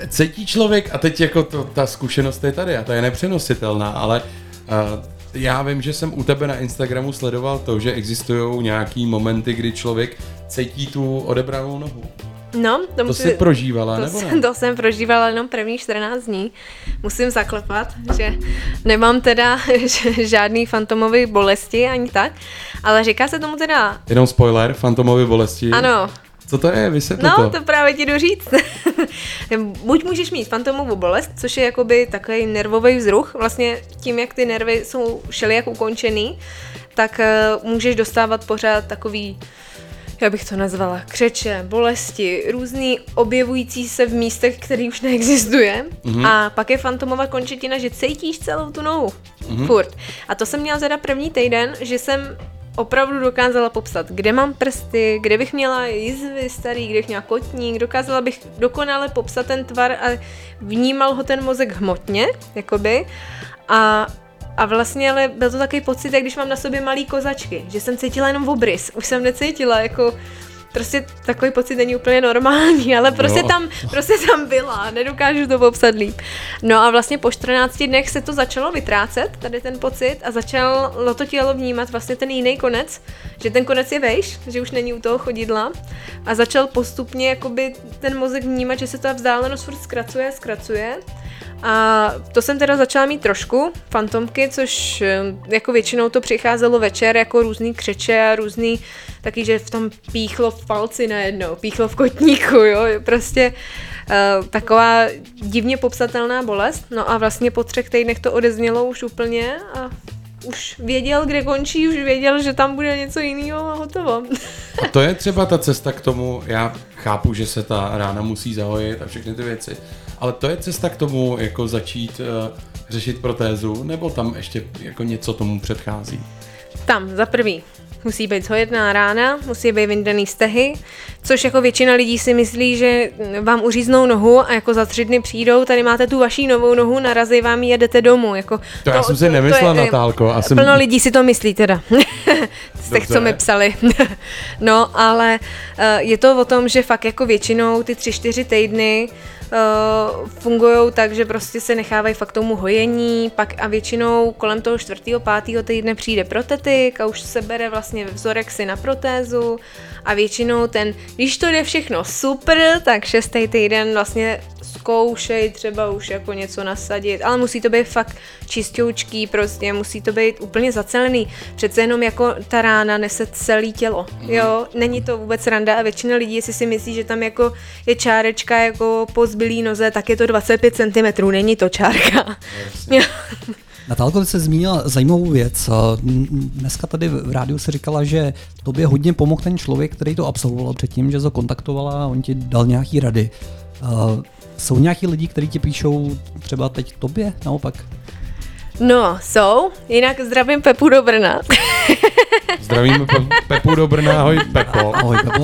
cítí člověk, a teď jako ta zkušenost je tady a ta je nepřenositelná, ale já vím, že jsem u tebe na Instagramu sledoval to, že existují nějaký momenty, kdy člověk cítí tu odebranou nohu. No, to jsi prožívala, nebo ne? To jsem prožívala jenom první 14 dní. Musím zaklepat, že nemám teda žádný fantomové bolesti ani tak, ale říká se tomu teda... Jenom spoiler, fantomové bolesti. Ano. Co to je? Vysvětli No, to. to právě ti jdu říct. Buď můžeš mít fantomovou bolest, což je jakoby takový nervový vzruch, vlastně tím, jak ty nervy jsou všelijak ukončený, tak můžeš dostávat pořád takový, já bych to nazvala, křeče, bolesti, různý objevující se v místech, který už neexistuje. Mm-hmm. A pak je fantomová končetina, že cítíš celou tu nohu. Mm-hmm. Furt. A to jsem měla teda první týden, že jsem opravdu dokázala popsat, kde mám prsty, kde bych měla jizvy starý, kde bych měla kotník, dokázala bych dokonale popsat ten tvar a vnímal ho ten mozek hmotně, jakoby. A vlastně ale byl to takový pocit, jak když mám na sobě malý kozačky, že jsem cítila jenom obrys, už jsem necítila, jako prostě takový pocit není úplně normální, ale prostě tam byla, nedokážu to popsat líp. No a vlastně po 14 dnech se to začalo vytrácet, tady ten pocit, a začalo to tělo vnímat vlastně ten jiný konec, že ten konec je vejš, že už není u toho chodidla, a začal postupně jakoby ten mozek vnímat, že se ta vzdálenost furt zkracuje. A to jsem teda začala mít trošku fantomky, což jako většinou to přicházelo večer jako různý křeče a různý taky, že v tom píchlo v palci najednou, píchlo v kotníku, jo, prostě taková divně popsatelná bolest. No a vlastně po 3 týdnech to odeznělo už úplně a už věděl, kde končí, už věděl, že tam bude něco jiného a hotovo. A to je třeba ta cesta k tomu, já chápu, že se ta rána musí zahojit a všechny ty věci, ale to je cesta k tomu, jako začít řešit protézu, nebo tam ještě jako něco tomu předchází? Tam, za prvý, musí být zhojetná rána, musí být vyndaný stehy, což jako většina lidí si myslí, že vám uříznou nohu a jako za 3 dny přijdou, tady máte tu vaší novou nohu, narazí vám ji a jdete domů. Jako já jsem si nemyslela, Natálko. Plno lidí si to myslí teda. Z těch, co mi psali. No, ale je to o tom, že fakt jako většinou ty 3-4 týdny fungujou tak, že prostě se nechávají fakt tomu hojení, pak a většinou kolem toho 4. 5. týdne přijde protetik a už se bere vlastně vzorek si na protézu a většinou když to jde všechno super, tak 6. týden vlastně zkoušej třeba už jako něco nasadit, ale musí to být fakt čistoučký, prostě musí to být úplně zacelený, přece jenom jako ta rána nese celé tělo, jo, není to vůbec randa a většina lidí, jestli si myslí, že tam jako je čárečka jako po zbylý noze, tak je to 25 cm, není to čárka. Natálko, ty jsi zmínila zajímavou věc. Dneska tady v rádiu se říkala, že tobě hodně pomohl ten člověk, který to absolvoval předtím, že to kontaktovala a on ti dal nějaký rady. Jsou nějaký lidi, kteří ti píšou třeba teď tobě naopak? No, jsou. Jinak zdravím Pepu do Brna. Zdravím Pepu do Brna, ahoj Pepo. Ahoj Pepo.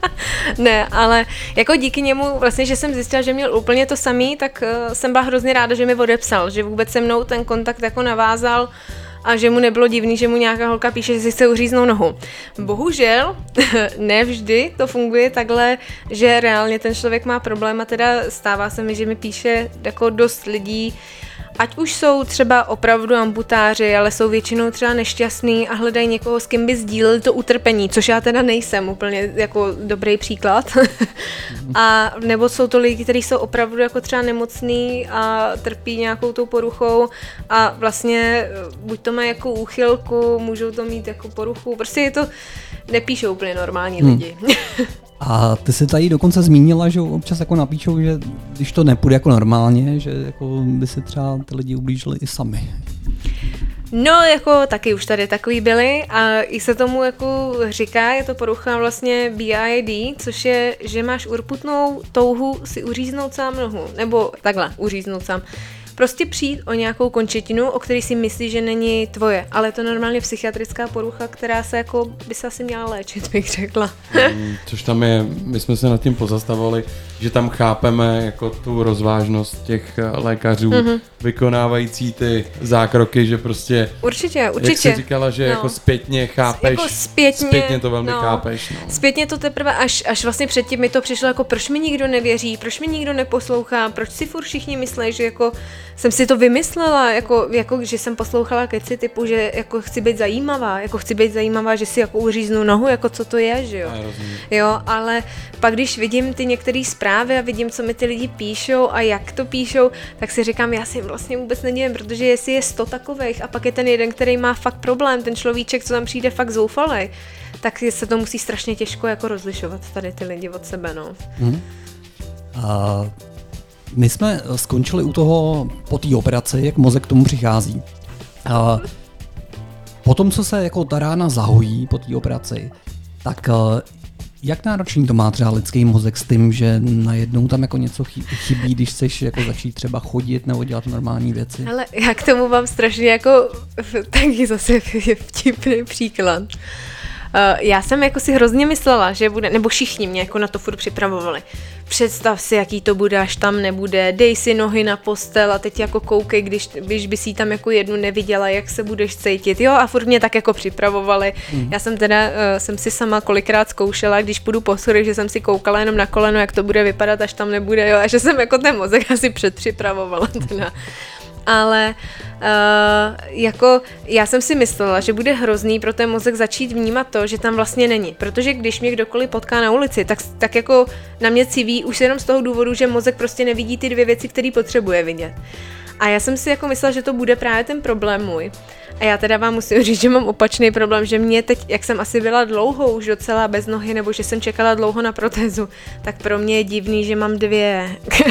Ne, ale jako díky němu vlastně, že jsem zjistila, že měl úplně to samý, tak jsem byla hrozně ráda, že mi odepsal, že vůbec se mnou ten kontakt jako navázal a že mu nebylo divný, že mu nějaká holka píše, že si chce uříznout nohu. Bohužel, ne vždy to funguje takhle, že reálně ten člověk má problém a teda stává se mi, že mi píše jako dost lidí, ať už jsou třeba opravdu amputáři, ale jsou většinou třeba nešťastný a hledají někoho, s kým by sdíleli to utrpení, což já teda nejsem úplně jako dobrý příklad. A nebo jsou to lidi, kteří jsou opravdu jako třeba nemocný a trpí nějakou tou poruchou a vlastně buď to mají jako úchylku, můžou to mít jako poruchu, prostě je to, nepíšou úplně normální lidi. A ty jsi tady dokonce zmínila, že občas jako napíšou, že když to nepůjde jako normálně, že jako by si třeba ty lidi ublížili i sami. No, jako taky už tady takový byli a i se tomu jako říká, je to porucha vlastně BID, což je, že máš urputnou touhu si uříznout sám nohu, nebo takhle, uříznout sám. Prostě přijít o nějakou končetinu, o který si myslíš, že není tvoje, ale je to normálně psychiatrická porucha, která se jako by se asi měla léčit, bych řekla. Což tam je, my jsme se nad tím pozastavovali, že tam chápeme jako tu rozvážnost těch lékařů, vykonávající ty zákroky, že prostě... Určitě. Jak jsi říkala, že jako zpětně chápeš, jako zpětně to velmi chápeš. No. Zpětně to teprve až vlastně předtím mi to přišlo jako proč mi nikdo nevěří, proč mi nikdo neposlouchá, proč si furt všichni myslí, že jako jsem si to vymyslela, jako že jsem poslouchala keci typu, že jako chci být zajímavá, že si jako uříznu nohu, jako co to je, že jo. Jo, ale pak když vidím ty některé zprávy a vidím, co mi ty lidi píšou a jak to píšou, tak si říkám, já si vlastně vůbec nedivím, protože jestli je 100 takových a pak je ten jeden, který má fakt problém, ten človíček, co tam přijde fakt zoufalej, tak se to musí strašně těžko jako rozlišovat tady ty lidi od sebe, no. My jsme skončili u toho po té operaci, jak mozek k tomu přichází. Potom, co se jako ta rána zahojí po té operaci, tak jak náročný to má třeba lidský mozek s tím, že najednou tam jako něco chybí, když chceš jako začít třeba chodit nebo dělat normální věci? Ale já k tomu mám strašně jako taky zase vtipný příklad. Já jsem jako si hrozně myslela, že bude, nebo všichni mě jako na to furt připravovali. Představ si, jaký to bude, až tam nebude, dej si nohy na postel a teď jako koukej, když by si tam jako jednu neviděla, jak se budeš cítit, jo, a furt mě tak jako připravovali. Já jsem teda, jsem si sama kolikrát zkoušela, když půjdu po schodech, že jsem si koukala jenom na koleno, jak to bude vypadat, až tam nebude, jo, a že jsem jako ten mozek asi předpřipravovala teda. Ale jako já jsem si myslela, že bude hrozný pro ten mozek začít vnímat to, že tam vlastně není. Protože když mě kdokoliv potká na ulici, tak jako na mě civí už jenom z toho důvodu, že mozek prostě nevidí ty dvě věci, které potřebuje vidět. A já jsem si jako myslela, že to bude právě ten problém můj. A já teda vám musím říct, že mám opačný problém, že mě teď, jak jsem asi byla dlouho už docela bez nohy, nebo že jsem čekala dlouho na protézu, tak pro mě je divný, že mám 2.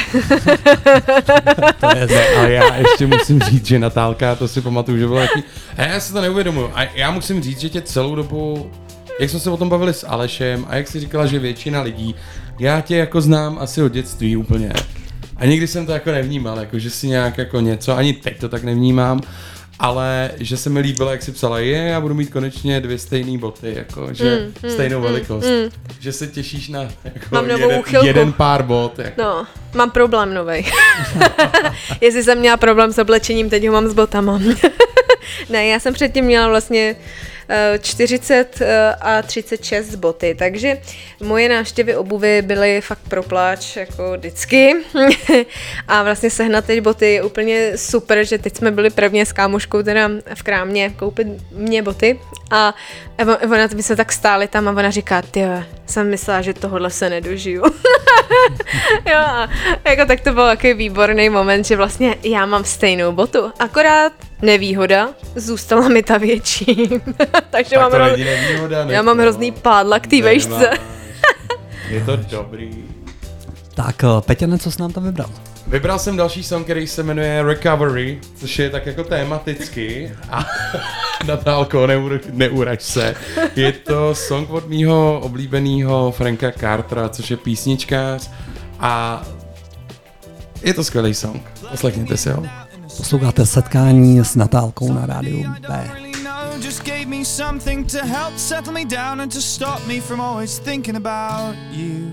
Ale já ještě musím říct, že Natálka, to si pamatuju, že bylo jaký... A já si to neuvědomuji. A já musím říct, že tě celou dobu, jak jsme se o tom bavili s Alešem a jak jsi říkala, že většina lidí, já tě jako znám asi od dětství úplně. A nikdy jsem to jako nevnímal, jako že si nějak jako něco, ani teď to tak nevnímám, ale že se mi líbilo, jak jsi psala, já budu mít konečně 2 stejné boty, jako, že stejnou velikost, že se těšíš na jako jeden pár bot. Jako. No, mám problém novej. Jestli jsem měla problém s oblečením, teď ho mám s botama. Ne, já jsem předtím měla vlastně 40 a 36 boty, takže moje návštěvy obuvy byly fakt pro pláč, jako vždycky. A vlastně sehnat teď boty je úplně super, že teď jsme byli prvně s kámoškou teda v krámě koupit mě boty a ona, my jsme tak stáli tam a ona říká, tyjo, jsem myslela, že tohodle se nedožiju. Jo, a jako tak to byl takový výborný moment, že vlastně já mám stejnou botu, akorát nevýhoda, zůstala mi ta větší. Takže tak nevýhoda, já mám hrozný pádla k té vejšce. Je to dobrý. Tak, Peťane, co jsi nám tam vybral? Vybral jsem další song, který se jmenuje Recovery, což je tak jako tematicky a Natálko, neuraž se. Je to song od mýho oblíbeného Franka Cartera, což je písničkář a je to skvělý song. Poslechněte si ho. Posloucháte Setkání s Natálkou na rádiu B. Just gave me something to help settle me down and to stop me from always thinking about you.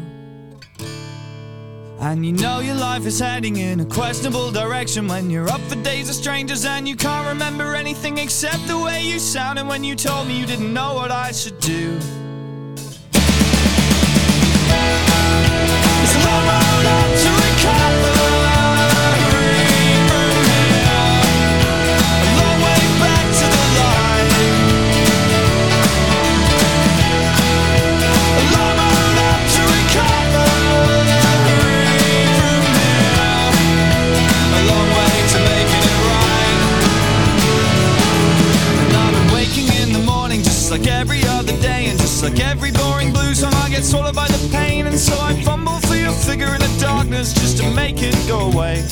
And you know your life is heading in a questionable direction when you're up for days of strangers and you can't remember anything except the way you sounded when you told me you didn't know what I should do. It's a long road up to recover. Like every other day and just like every boring blues song I get swallowed by the pain and so I fumble for your figure in the darkness just to make it go away.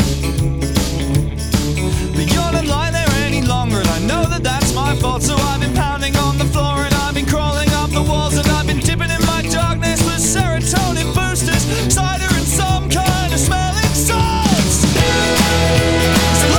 But you're not lying there any longer and I know that that's my fault, so I've been pounding on the floor and I've been crawling up the walls and I've been dipping in my darkness with serotonin boosters, cider and some kind of smelling salts. So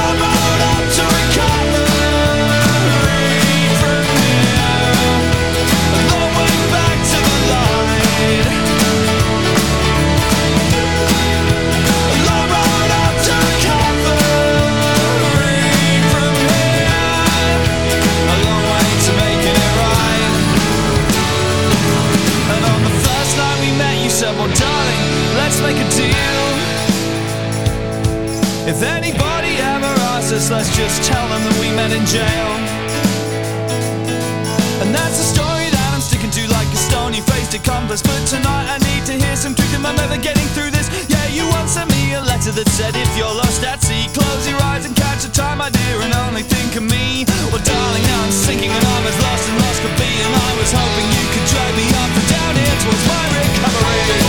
If anybody ever asks us, let's just tell them that we met in jail. And that's a story that I'm sticking to like a stony-faced accomplice. But tonight I need to hear some truth if I'm ever getting through this. Yeah, you once sent me a letter that said if you're lost at sea, close your eyes and catch the time, my dear, and only think of me. Well, darling, now I'm sinking and I'm as lost and lost could be. And I was hoping you could drag me up and down here towards my recovery.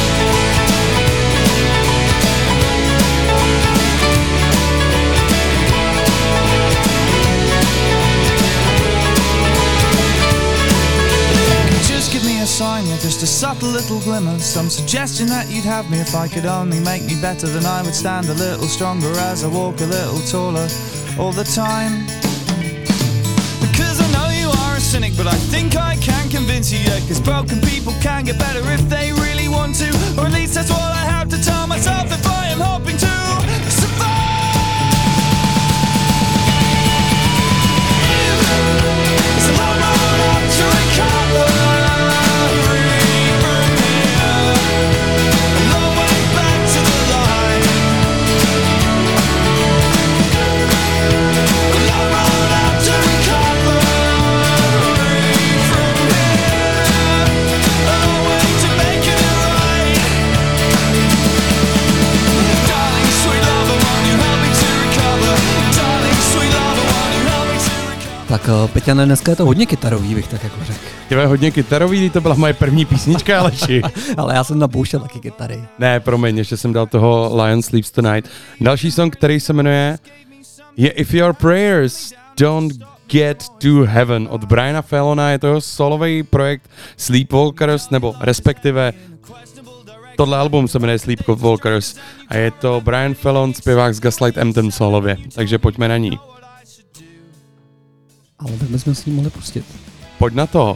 Give me a sign, yeah, just a subtle little glimmer. Some suggestion that you'd have me if I could only make me better. Then I would stand a little stronger as I walk a little taller all the time. Because I know you are a cynic, but I think I can convince you, yeah. Cause broken people can get better if they really want to. Or at least that's what I have to tell myself if I am hoping to survive. It's a long road up to recover. Tak Peťane, dneska je to hodně kytarový, bych tak jako řekl. Těme hodně kytarový, to byla moje první písnička, Aleši. Ale já jsem napouštěl taky kytary. Ne, promiň, ještě jsem dal toho Lion Sleeps Tonight. Další song, který se jmenuje je If Your Prayers Don't Get to Heaven od Briana Fallona. Je to jeho solový projekt Sleepwalkers, nebo respektive tohle album se jmenuje Sleepwalkers a je to Brian Fallon, zpěvák z Gaslight Anthem solově. Takže pojďme na ní. Ale tak bychom si ji mohli pustit. Pojď na to.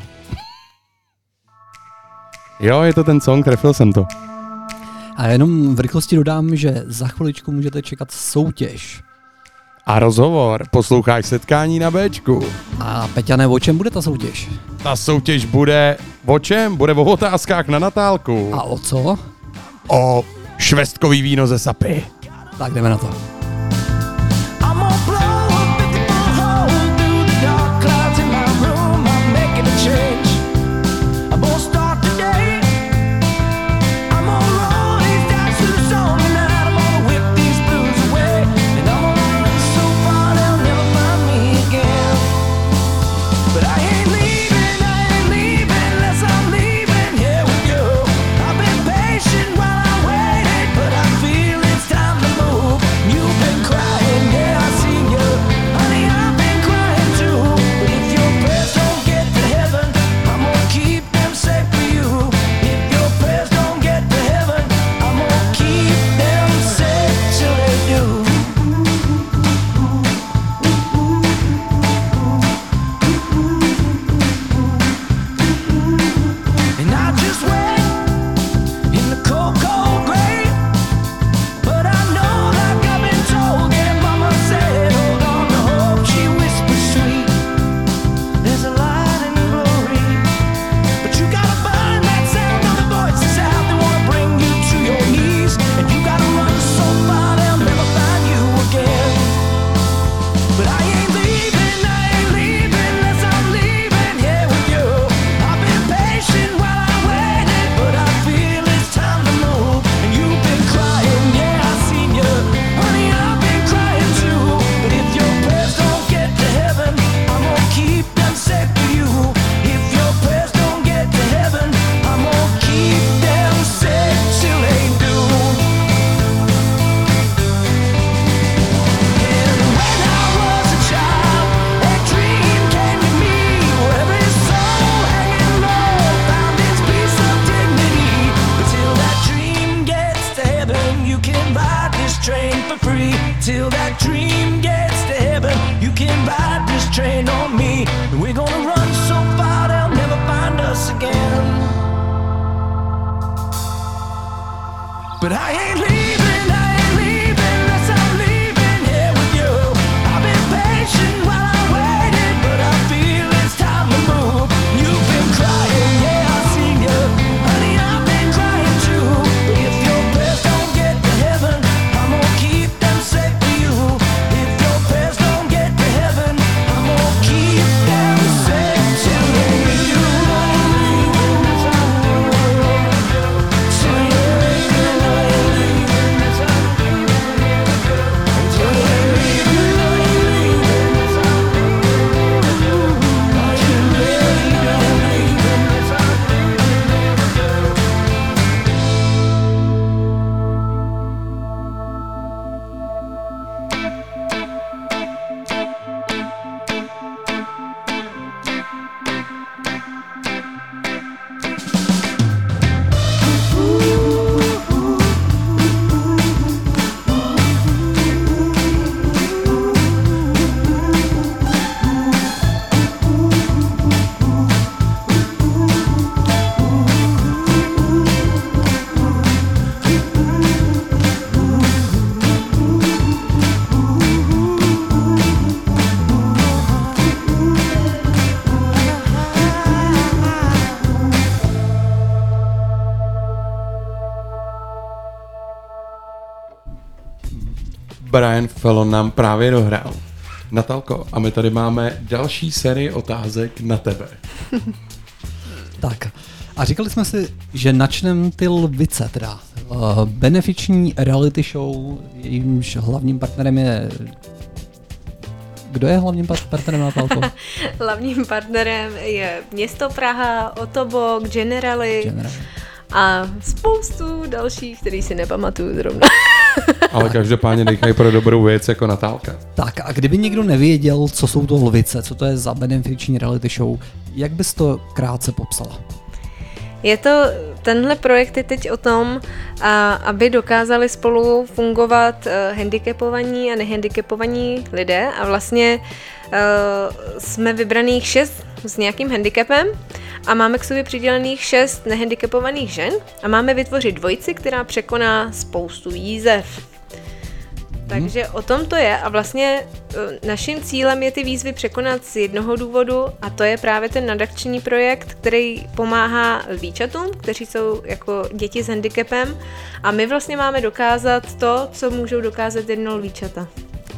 Jo, je to ten song, trefil jsem to. A jenom v rychlosti dodám, že za chviličku můžete čekat soutěž. A rozhovor, posloucháš Setkání na Bčku. A Peťane, o čem bude ta soutěž? Ta soutěž bude o čem? Bude o otázkách na Natálku. A o co? O švestkový víno ze Sapy. Tak jdeme na to. But I ain't leaving, unless I'm leaving here with you. I've been patient while I waited, but I feel it's time to move. You've been crying, yeah, I've seen you. Honey, I've been crying too. But if your prayers don't get to heaven, I'm gonna keep them safe for Brian Fallon nám právě dohrál. Natálko, a my tady máme další sérii otázek na tebe. Tak, a říkali jsme si, že načnem ty Lvice, teda benefiční reality show, jejímž hlavním partnerem je... Kdo je hlavním partnerem, Natálko? Hlavním partnerem je město Praha, Otobok, Generali a spoustu dalších, který si nepamatuju zrovna. Ale každopádně nechají pro dobrou věc jako Natálka. Tak a kdyby někdo nevěděl, co jsou to Lvice, co to je za benefiční reality show, jak bys to krátce popsala? Tenhle projekt je teď o tom, aby dokázali spolu fungovat handicapovaní a nehandicapovaní lidé a vlastně jsme vybraných 6 s nějakým handicapem a máme k sobě přidělených 6 nehandicapovaných žen a máme vytvořit dvojici, která překoná spoustu výzev. Takže o tom to je a vlastně naším cílem je ty výzvy překonat z jednoho důvodu a to je právě ten nadační projekt, který pomáhá lvíčatům, kteří jsou jako děti s handicapem a my vlastně máme dokázat to, co můžou dokázat jedno lvíčata.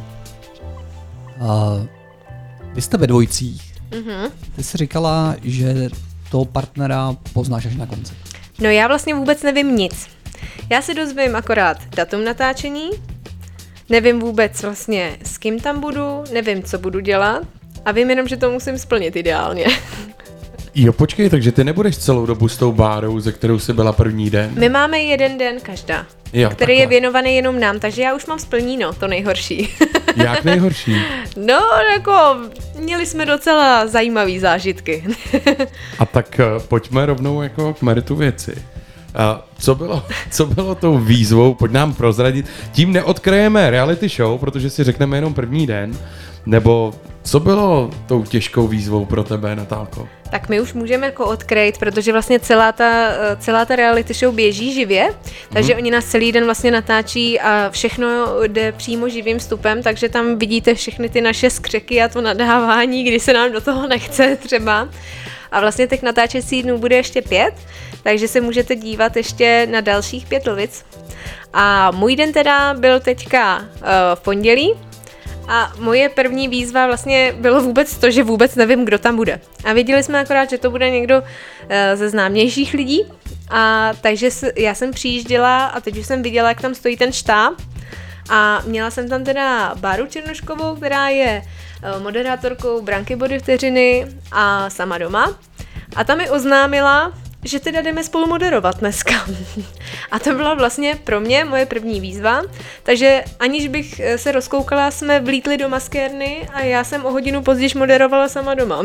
Vy jste ve dvojicích. Ty jsi říkala, že toho partnera poznáš až na konci. No já vlastně vůbec nevím nic. Já si dozvím akorát datum natáčení, nevím vůbec vlastně s kým tam budu, nevím, co budu dělat a vím jenom, že to musím splnit ideálně. Jo, počkej, takže ty nebudeš celou dobu s tou Bárou, ze kterou jsi byla první den? My máme jeden den každá, jo, který takhle je věnovaný jenom nám, takže já už mám splněno, to nejhorší. Jak nejhorší? No, jako měli jsme docela zajímavý zážitky. A tak pojďme rovnou jako k meritu věci. Co bylo tou výzvou, pojď nám prozradit, tím neodkryjeme reality show, protože si řekneme jenom první den, nebo co bylo tou těžkou výzvou pro tebe, Natálko? Tak my už můžeme jako odkryt, protože vlastně celá ta reality show běží živě, takže oni nás celý den vlastně natáčí a všechno jde přímo živým vstupem, takže tam vidíte všechny ty naše skřeky a to nadávání, kdy se nám do toho nechce třeba. A vlastně těch natáčecí dnů bude ještě 5, takže se můžete dívat ještě na dalších 5 Lvic. A můj den teda byl teďka v pondělí a moje první výzva vlastně bylo vůbec to, že vůbec nevím, kdo tam bude. A věděli jsme akorát, že to bude někdo ze známějších lidí. A takže já jsem přijížděla a teď už jsem viděla, jak tam stojí ten štáb. A měla jsem tam teda Báru Černoškovou, která je moderátorkou Branky Body vteřiny a Sama doma. A ta mi oznámila, že teda jdeme spolu moderovat dneska. A to byla vlastně pro mě moje první výzva, takže aniž bych se rozkoukala, jsme vlítli do maskérny a já jsem o hodinu později moderovala Sama doma.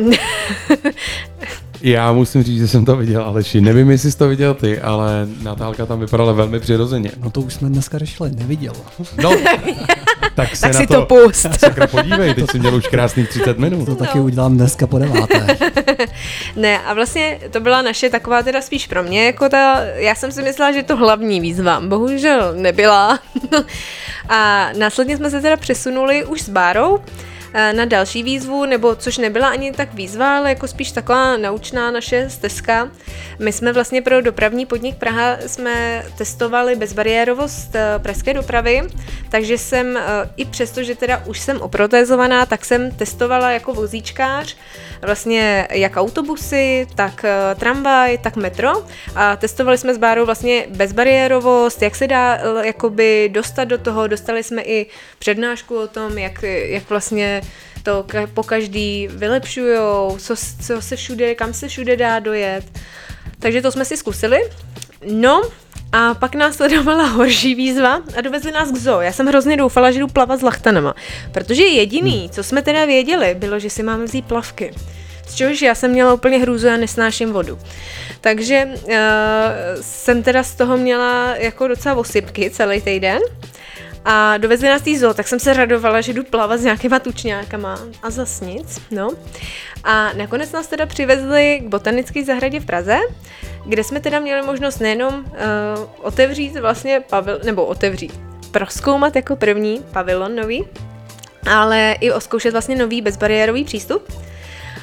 Já musím říct, že jsem to viděl, Aleši. Nevím, jestli jsi to viděl ty, ale Natálka tam vypadala velmi přirozeně. No to už jsme dneska řešili, neviděl. No, tak se tak na si to pust. Sakra, podívej, teď jsi měl už krásných 30 minut. To taky udělám dneska po 9. Ne, a vlastně to byla naše taková teda spíš pro mě, jako já jsem si myslela, že je to hlavní výzva, bohužel nebyla. A následně jsme se teda přesunuli už s Bárou na další výzvu, nebo což nebyla ani tak výzva, ale jako spíš taková naučná naše stezka. My jsme vlastně pro dopravní podnik Praha jsme testovali bezbariérovost pražské dopravy, takže jsem i přesto, že teda už jsem oprotézovaná, tak jsem testovala jako vozíčkář vlastně jak autobusy, tak tramvaj, tak metro a testovali jsme s Bárou vlastně bezbariérovost, jak se dá jakoby dostat do toho, dostali jsme i přednášku o tom, jak vlastně to po každý vylepšujou, co se všude, kam se všude dá dojet. Takže to jsme si zkusili. No a pak nás sledovala horší výzva a dovezli nás k zoo. Já jsem hrozně doufala, že jdu plavat s lachtanama, protože jediný, co jsme teda věděli, bylo, že si máme vzít plavky. Z čehož já jsem měla úplně hrůzu a nesnáším vodu. Takže jsem teda z toho měla jako docela osypky celý týden. A dovezli nás tý zoo, tak jsem se radovala, že jdu plavat s nějakýma tučňákama a zas nic, no. A nakonec nás teda přivezli k botanické zahradě v Praze, kde jsme teda měli možnost nejenom otevřít vlastně prozkoumat jako první pavilon nový, ale i oskoušet vlastně nový bezbariérový přístup.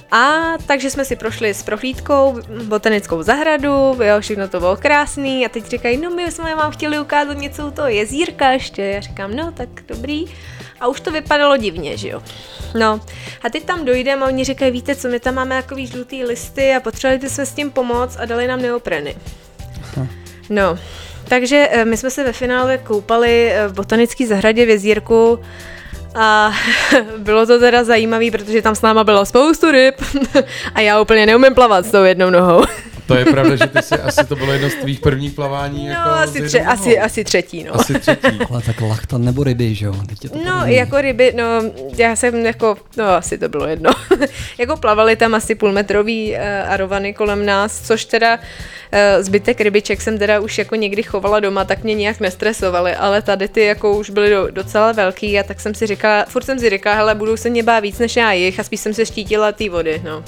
A takže jsme si prošli s prohlídkou botanickou zahradu, jo, všechno to bylo krásný a teď říkají, no my jsme vám chtěli ukázat něco u toho jezírka ještě. Já říkám, no tak dobrý. A už to vypadalo divně, že jo. No a teď tam dojdeme a oni říkají, víte co, my tam máme takový žlutý listy a potřebovali bychom s tím pomoct a dali nám neopreny. No, takže my jsme se ve finále koupali v botanické zahradě v jezírku a bylo to teda zajímavé, protože tam s náma bylo spoustu ryb a já úplně neumím plavat s tou jednou nohou. To je pravda, že ty asi to bylo jedno z tvých prvních plavání. No, jako asi třetí, no. Asi třetí. Ale tak lachta nebo ryby, že jo? No, jako ryby, no, já jsem jako, no asi to bylo jedno. Jako plavali tam asi půlmetrový arovany kolem nás, což teda zbytek rybiček jsem teda už jako někdy chovala doma, tak mě nějak nestresovaly, ale tady ty jako už byly docela velký a tak jsem si říkala, furt jsem si říkala, hele, budou se mě bát víc než já jich a spíš jsem se štítila té vody, no.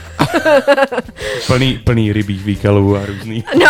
plný rybích výkalů a různý. No,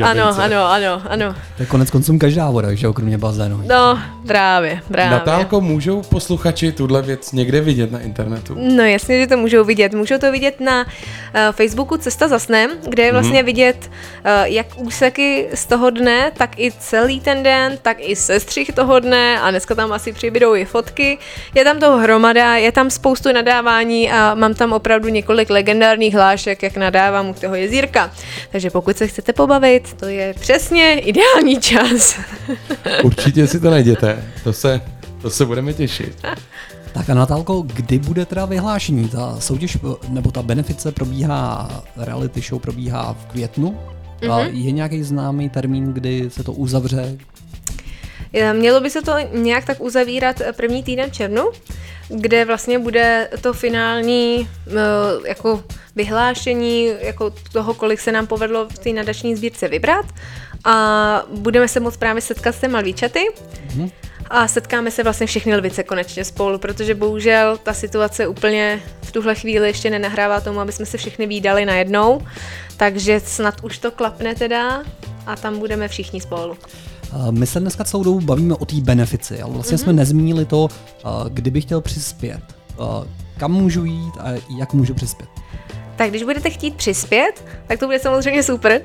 ano. To je konec konců každá voda, že jo, kromě bazénu. No, právě. Natálko, můžou posluchači tuhle věc někde vidět na internetu? No jasně, že to můžou vidět. Můžou to vidět na Facebooku Cesta za snem, kde je vlastně vidět jak úseky z toho dne, tak i celý ten den, tak i sestřih toho dne a dneska tam asi přibydou i fotky. Je tam toho hromada, je tam spoustu nadávání a mám tam opravdu několik legendárních hlášek, jak nadávám u toho jezírka. Takže pokud se chcete pobavit, to je přesně ideální čas. Určitě si to najděte, to se budeme těšit. Tak a Natálko, kdy bude teda vyhlášení? Ta soutěž nebo ta benefice probíhá, reality show probíhá v květnu? A je nějaký známý termín, kdy se to uzavře? Mělo by se to nějak tak uzavírat první týden červnu, kde vlastně bude to finální jako vyhlášení jako toho, kolik se nám povedlo v té nadační sbírce vybrat a budeme se moct právě setkat s těma lvíčaty a setkáme se vlastně všechny lvice konečně spolu, protože bohužel ta situace úplně v tuhle chvíli ještě nenahrává tomu, aby jsme se všechny vídali najednou, takže snad už to klapne teda a tam budeme všichni spolu. My se dneska celou dobu bavíme o té benefici, ale vlastně jsme nezmínili to, kdyby chtěl přispět. Kam můžu jít a jak můžu přispět? Tak když budete chtít přispět, tak to bude samozřejmě super.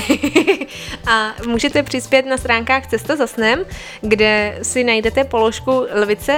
A můžete přispět na stránkách Cesta za snem, kde si najdete položku Lvice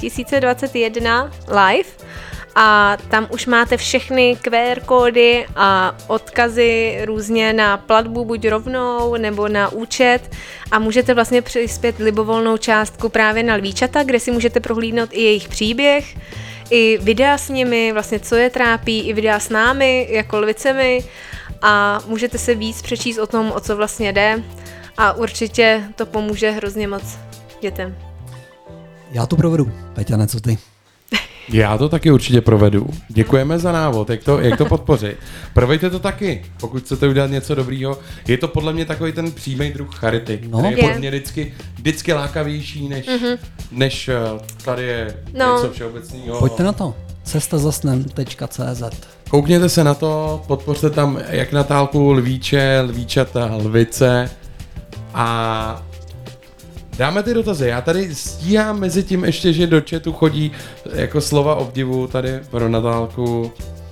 2021 live. A tam už máte všechny QR kódy a odkazy různě na platbu buď rovnou nebo na účet a můžete vlastně přispět libovolnou částku právě na lvíčata, kde si můžete prohlídnout i jejich příběh, i videa s nimi, vlastně co je trápí, i videa s námi, jako lvicemi a můžete se víc přečíst o tom, o co vlastně jde a určitě to pomůže hrozně moc dětem. Já to provedu, Peťane, co ty? Já to taky určitě provedu. Děkujeme za návod, jak to podpořit. Provejte to taky, pokud chcete udělat něco dobrýho. Je to podle mě takový ten přímý druh charity, který je podle mě vždycky lákavější, než tady je něco všeobecného. Pojďte na to. cestazasnem.cz. Koukněte se na to, podpořte tam jak Natálku, lvíče, lvíčata, lvice a dáme ty dotazy. Já tady stíhám mezi tím ještě, že do chatu chodí jako slova obdivu tady pro Natálku.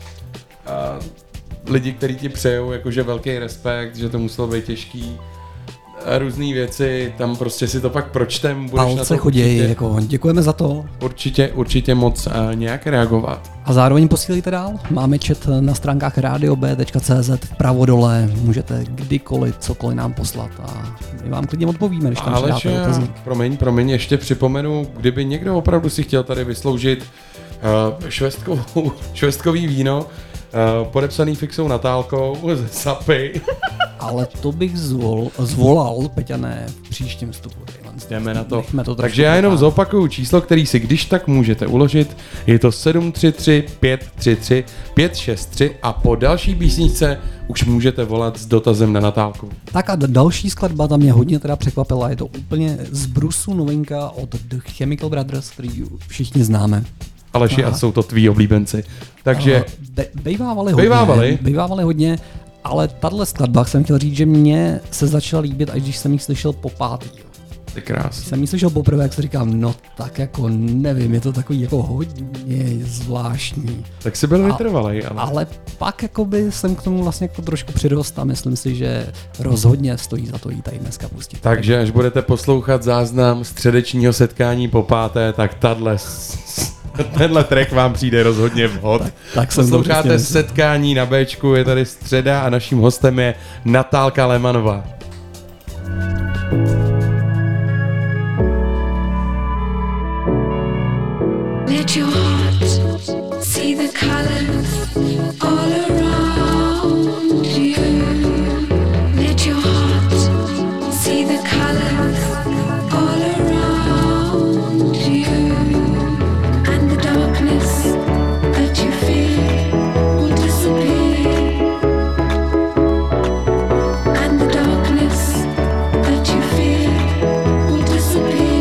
A lidi, kteří ti přejou jakože velký respekt, že to muselo být těžký. A různý věci, tam prostě si to pak pročtem, budeš palce na to chodí, jako děkujeme za to. Určitě moc nějak reagovat. A zároveň posílejte dál. Máme chat na stránkách radiob.cz vpravo dole. Můžete kdykoliv, cokoliv nám poslat a my vám klidně odpovíme, když tam přidáte otazník. Promiň, ještě připomenu, kdyby někdo opravdu si chtěl tady vysloužit švestkový víno, podepsaný Fixou Natálkou ze Sapy. Ale to bych zvolal, Peťané, v příštím vstupu. Jdeme na to. Takže já jenom zopakuju číslo, který si když tak můžete uložit. Je to 733 533 563 a po další písničce už můžete volat s dotazem na Natálku. Tak a další skladba tam mě hodně teda překvapila. Je to úplně z brusu novinka od The Chemical Brothers, který všichni známe. Aleši, a jsou to tví oblíbenci. Takže Bejvávali hodně, ale tahle skladba jsem chtěl říct, že mě se začala líbit, až když jsem ji slyšel po pátý. Ty krásný. Jsem jí slyšel poprvé, jak si říkám, no tak jako nevím, je to takový jako hodně zvláštní. Tak jsi byl vytrvalej, ale... Ale pak jakoby jsem k tomu vlastně jako trošku přirost a myslím si, že rozhodně stojí za to jí tady dneska pustit. Takže až budete poslouchat záznam středečního setkání po 5., tak tenhle track vám přijde rozhodně vhod. Tak jsem Posloucháte setkání na Bčku, je tady středa a naším hostem je Natálka Lemanová. Let your heart see the colors all around you. Let your heart see the colors all around you. And the darkness that you feel will disappear. And the darkness that you feel will disappear.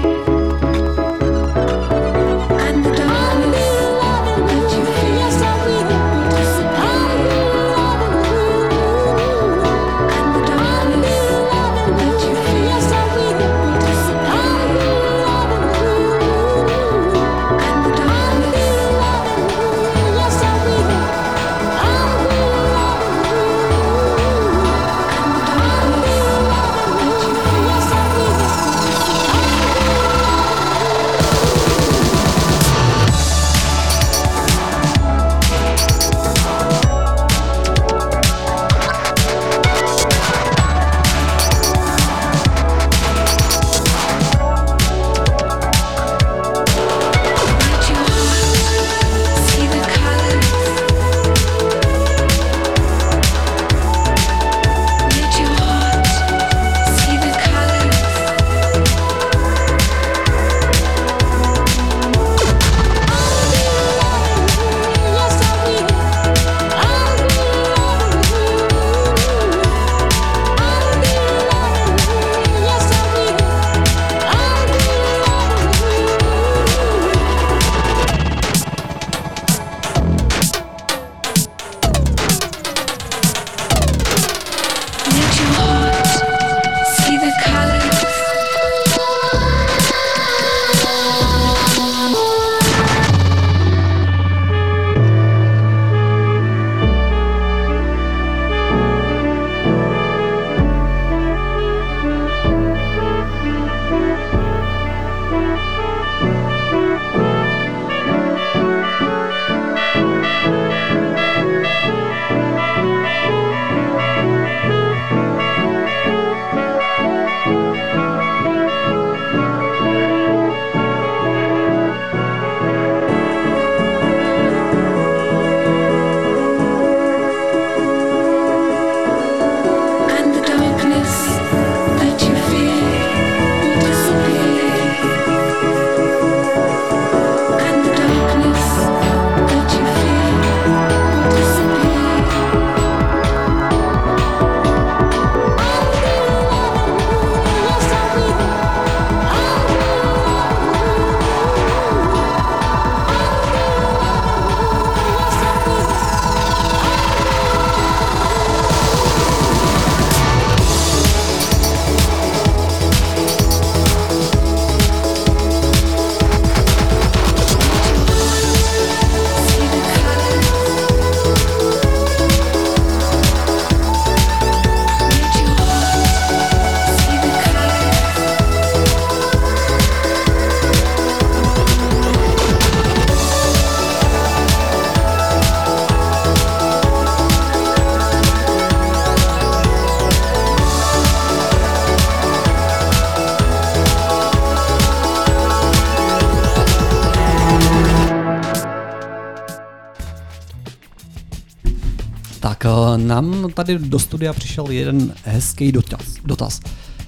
Tak nám tady do studia přišel jeden hezký dotaz.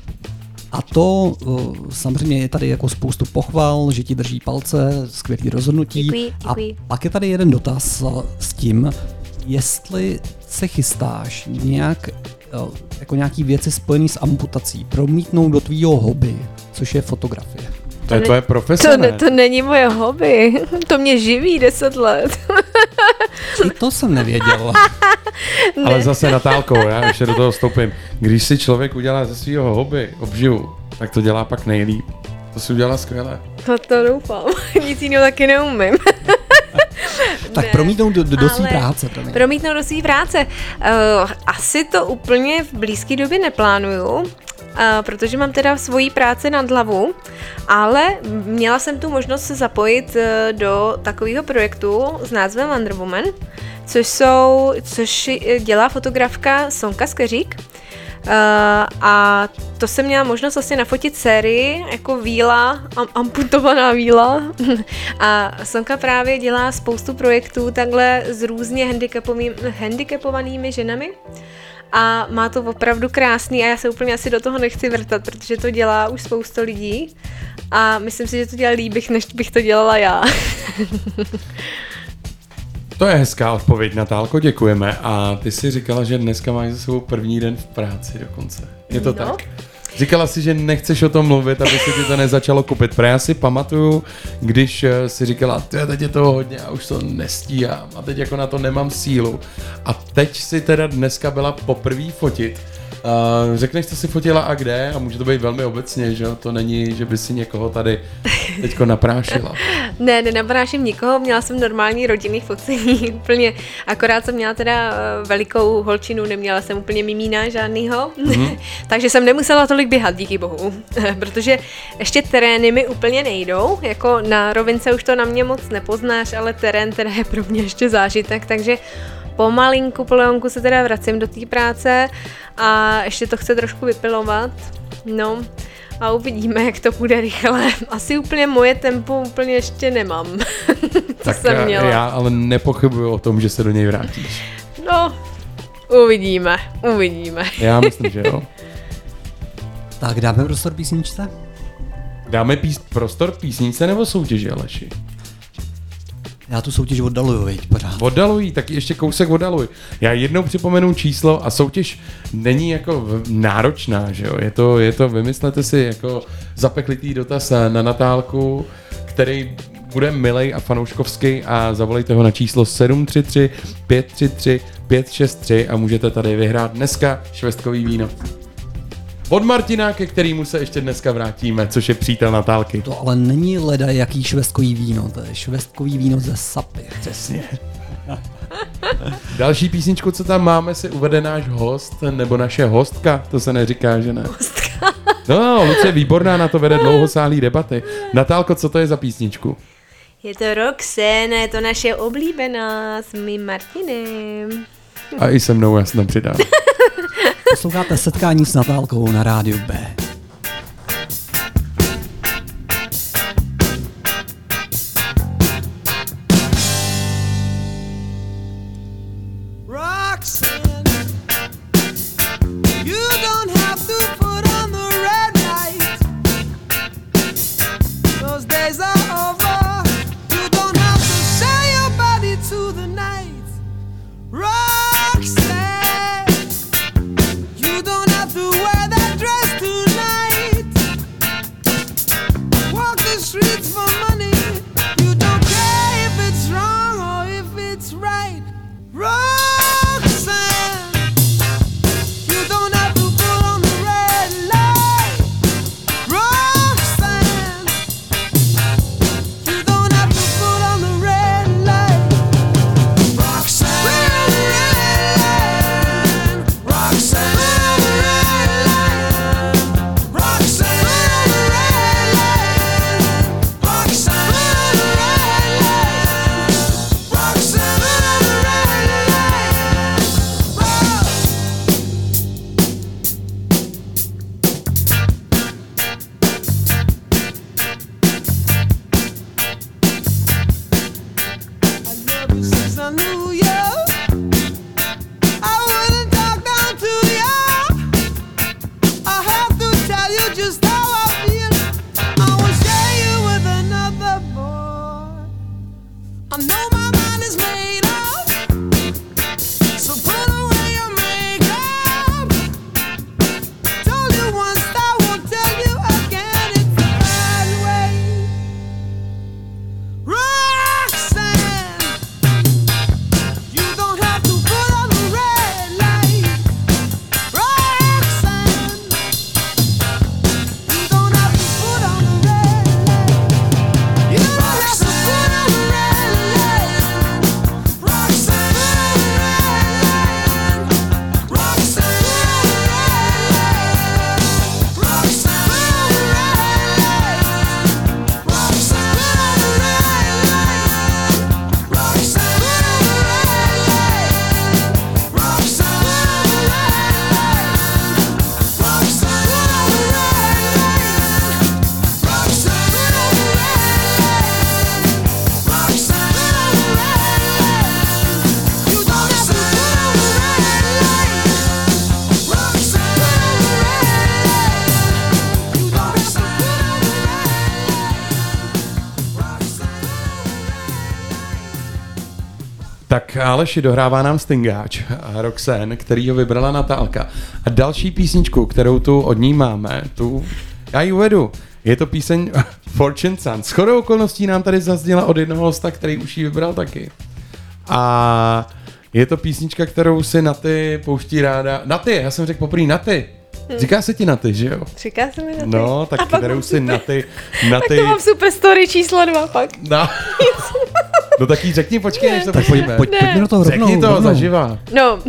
A to samozřejmě je tady jako spoustu pochval, že ti drží palce, skvělý rozhodnutí. Děkuji. A pak je tady jeden dotaz s tím, jestli se chystáš jako nějaký věci spojený s amputací promítnout do tvýho hobby, což je fotografie. To je tvoje profese, ne? To není moje hobby. To mě živí 10 let. I to jsem nevěděl. Ale zase Natálko, já ještě do toho vstoupím. Když si člověk udělá ze svého hobby obživu, tak to dělá pak nejlíp. To si udělala skvěle. No to doufám. Nic jiného taky neumím. Tak Ne, promítnout do své ale práce. Promítnout do své práce. Asi to úplně v blízké době neplánuju, protože mám teda svoji práci nad hlavu, ale měla jsem tu možnost se zapojit do takového projektu s názvem Wonder Woman, což dělá fotografka Sonka Skeřík. A to jsem měla možnost vlastně nafotit sérii jako víla, amputovaná víla. A Sonka právě dělá spoustu projektů takhle s různě handicapovanými ženami. A má to opravdu krásný a já se úplně asi do toho nechci vrtat, protože to dělá už spousta lidí a myslím si, že to dělá líp, než bych to dělala já. To je hezká odpověď, Natálko, děkujeme. A ty jsi říkala, že dneska máš za sebou první den v práci dokonce. Je to tak? Říkala si, že nechceš o tom mluvit, aby se ti to nezačalo kupit. Protože já si pamatuju, když si říkala, teď je toho hodně a už to nestíhám a teď jako na to nemám sílu. A teď si teda dneska byla poprvé fotit. Řekneš, co si fotila a kde? A může to být velmi obecně, že to není, že by si někoho tady teďko naprášila. Ne, nenapráším nikoho, měla jsem normální rodinný focení, úplně, akorát jsem měla teda velikou holčinu, neměla jsem úplně mimína žádnýho, takže jsem nemusela tolik běhat, díky bohu, protože ještě terény mi úplně nejdou, jako na rovince už to na mě moc nepoznáš, ale terén teda je pro mě ještě zážitek, takže pomalinku, polionku se teda vracím do té práce a ještě to chce trošku vypilovat, no a uvidíme, jak to bude rychle. Asi úplně moje tempo úplně ještě nemám, tak jsem měla. Já ale nepochybuju o tom, že se do něj vrátíš. No, uvidíme. Já myslím, že jo. Tak dáme prostor písničce? Dáme prostor písničce nebo soutěži, Aleši? Já tu soutěž oddaluju, viď, pořád. Oddalují, tak ještě kousek oddaluj. Já jednou připomenu číslo a soutěž není jako náročná, že jo? Je to, vymyslete si jako zapeklitý dotaz na Natálku, který bude milej a fanouškovský a zavolejte ho na číslo 733 533 563 a můžete tady vyhrát dneska švestkový víno. Od Martina, ke kterému se ještě dneska vrátíme, což je přítel Natálky. To ale není leda jaký švestkový víno, to je švestkový víno ze Sapy. Přesně. Další písničku, co tam máme, si uvede náš host, nebo naše hostka, to se neříká, že ne? Hostka. No, Lucie Výborná na to vede dlouhosáhlý debaty. Natálko, co to je za písničku? Je to Roxanne, je to naše oblíbená s mým Martinem. A i se mnou já se tam přidám. Posloucháte Setkání s Natálkou na rádiu B. You don't have to wear that dress tonight. Tak Aleši, dohrává nám Stingáč, Roxanne, který ho vybrala Natálka. A další písničku, kterou tu od ní máme, já ji uvedu. Je to píseň Fortune Sun. Shodou okolností nám tady zazněla od jednoho hosta, který už ji vybral taky. A je to písnička, kterou si Naty pouští ráda. Naty, já jsem řekl poprvé Naty. Říká se ti Naty, že jo? Říká se mi Naty. No, tak kterou si Naty... Tak to mám super story číslo 2 pak. No tak jí řekni, počkej, než to Tak pojďme. pojďme do toho rovnou. Řekni to rovnou. zaživa. No,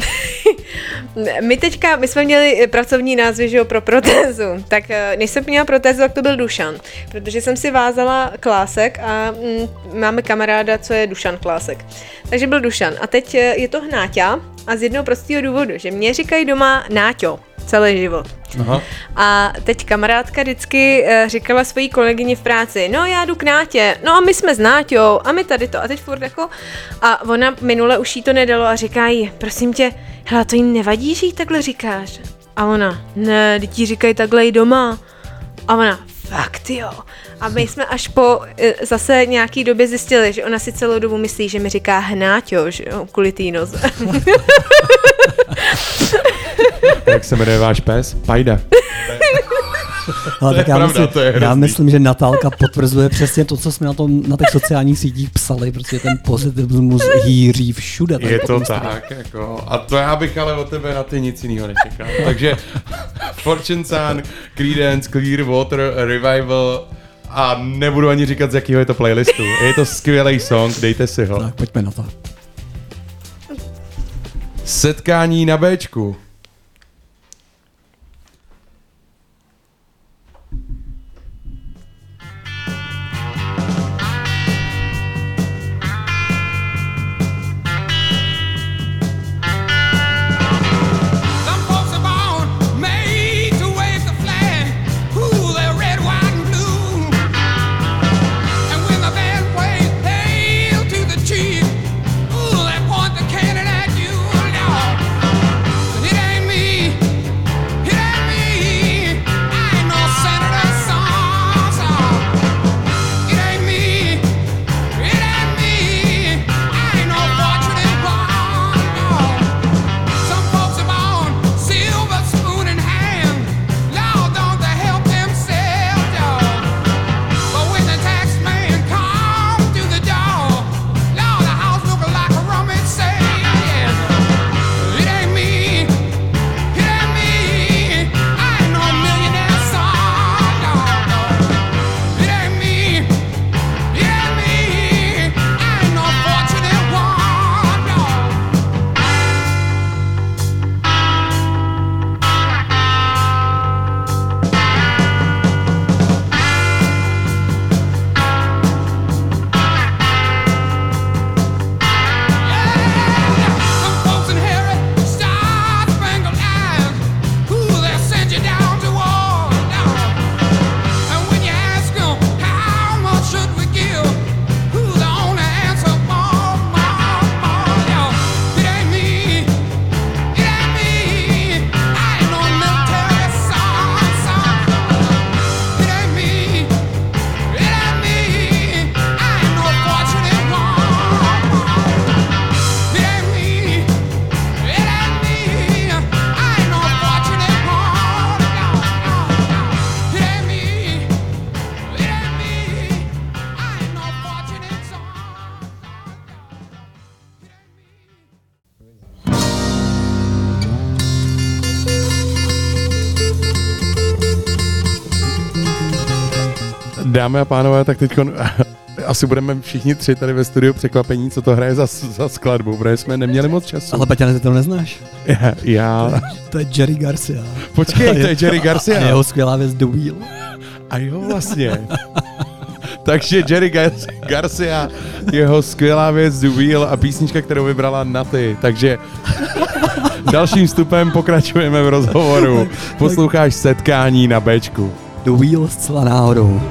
my jsme měli pracovní názvy, že jo, pro protézu. Tak než jsem měla protézu, tak to byl Dušan. Protože jsem si vázala klásek a máme kamaráda, co je Dušan Klásek. Takže byl Dušan. A teď je to Hnáťa a z jednoho prostého důvodu, že mě říkají doma Náťo celý život. Aha. A teď kamarádka vždycky říkala svojí kolegyni v práci, no já jdu k Nátě, no a my jsme s Náťou a my tady to a teď furt jako a ona minule už jí to nedalo a říká jí, prosím tě, hele, to jí nevadí, že jí takhle říkáš? A ona, ne, teď jí říkají takhle i doma. A ona, fakt jo. A my jsme až po zase nějaký době zjistili, že ona si celou dobu myslí, že mi říká Hnáťo, že jo, kvůli tý noze. Jak se jmenuje váš pes? Pajda. Ale tak já myslím, že Natálka potvrzuje přesně to, co jsme na těch sociálních sítích psali, prostě ten pozitivismus hýří všude. Je to tak, jako. A to já bych ale od tebe na ty nic jiného nečekal. Takže Fortune Sun, Creedence, Clearwater Revival a nebudu ani říkat, z jakého je to playlistu. Je to skvělý song, dejte si ho. Tak pojďme na to. Setkání na Bčku. Dámy a pánové, tak teď asi budeme všichni tři tady ve studiu překvapení, co to hraje za skladbu, protože jsme neměli moc času. Ale Paťane, ty to neznáš? Já... To je Jerry Garcia. Počkej, to je Jerry Garcia. A jeho skvělá věc The Wheel. A jo, vlastně. Takže Jerry Garcia, jeho skvělá věc The Wheel a písnička, kterou vybrala Naty. Takže dalším vstupem pokračujeme v rozhovoru. Posloucháš Setkání na Bčku. The Wheel zcela náhodou.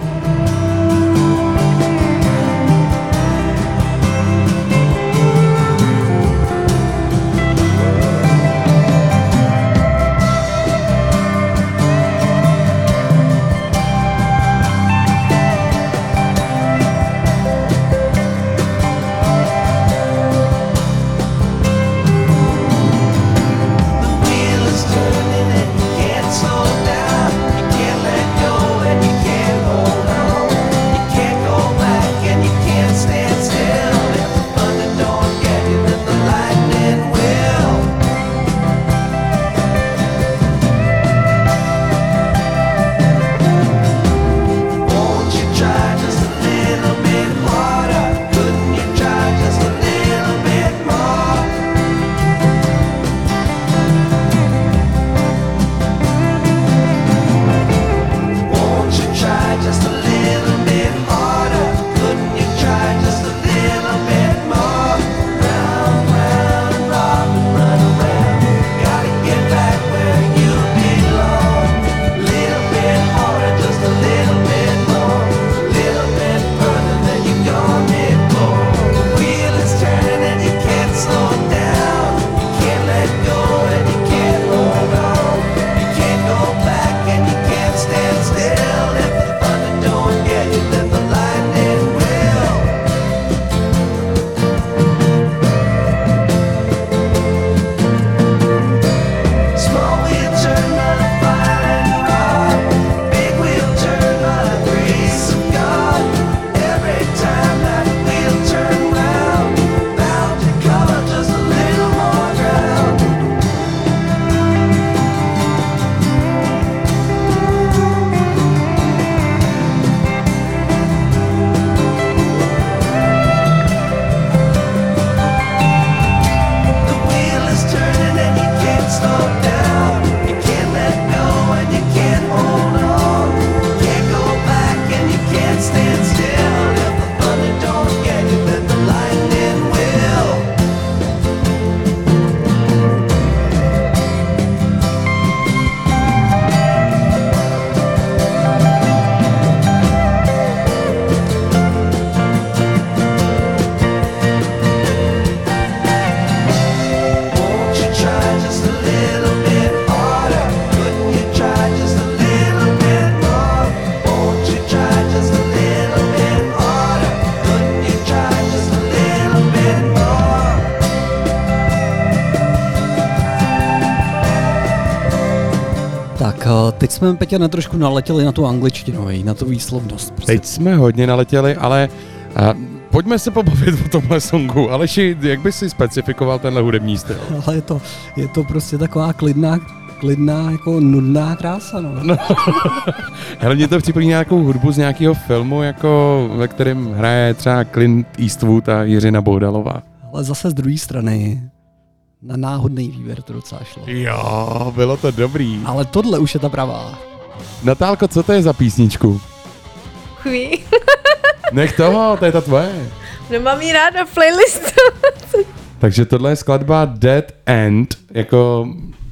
Tak teď jsme, Peťa, na trošku naletěli na tu angličtinu, na tu výslovnost. Prostě. Teď jsme hodně naletěli, ale pojďme se pobavit o tomhle songu. Aleši, jak bys si specifikoval tenhle hudební styl? Ale je to prostě taková klidná, jako nudná krása, no. Hele, mě to připomíná nějakou hudbu z nějakého filmu, jako ve kterém hraje třeba Clint Eastwood a Jiřina Bohdalová. Ale zase z druhé strany, na náhodný výběr to docela šlo. Jo, bylo to dobrý. Ale tohle už je ta pravá. Natálko, co to je za písničku? Chví. Nech toho, to je ta tvoje. No mám jí ráda v playlistu. Takže tohle je skladba Dead End, jako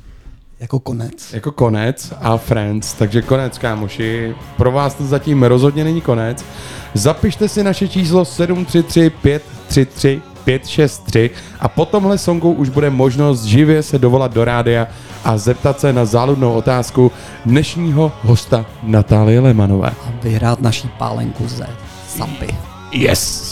konec a Friends, takže konec, kámoši. Pro vás to zatím rozhodně není konec. Zapište si naše číslo 733 533 563 a po tomhle songu už bude možnost živě se dovolat do rádia a zeptat se na záludnou otázku dnešního hosta Natálie Lemanové. A vyhrát naší pálenku ze Sampy. Yes!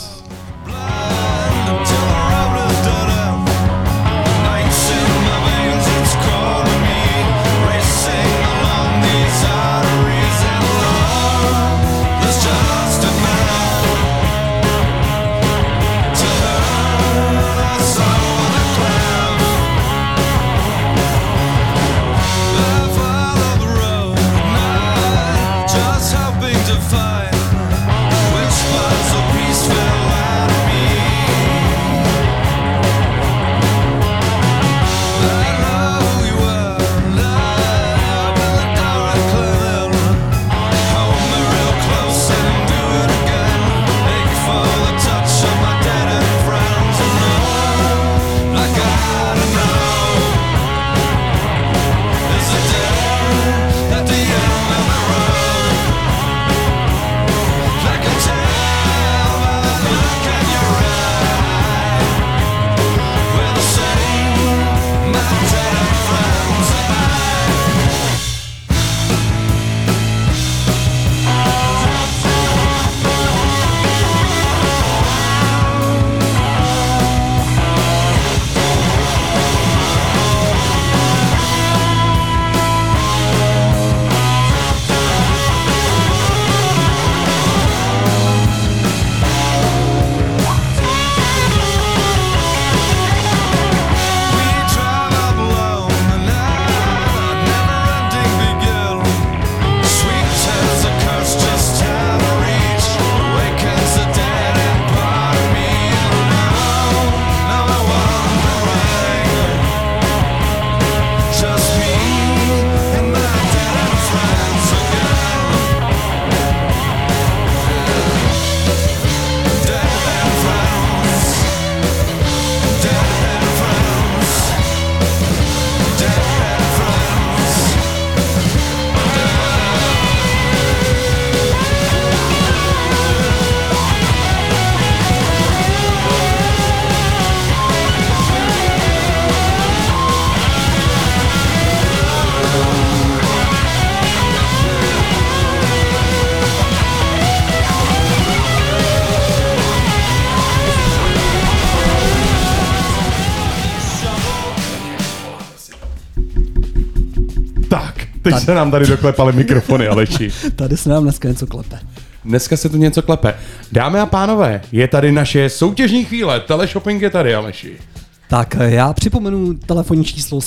Teď se nám tady doklepaly mikrofony, Aleši. Tady se nám dneska něco klepe. Dneska se tu něco klepe. Dámy a pánové, je tady naše soutěžní chvíle. Teleshopping je tady, Aleši. Tak já připomenu telefonní číslo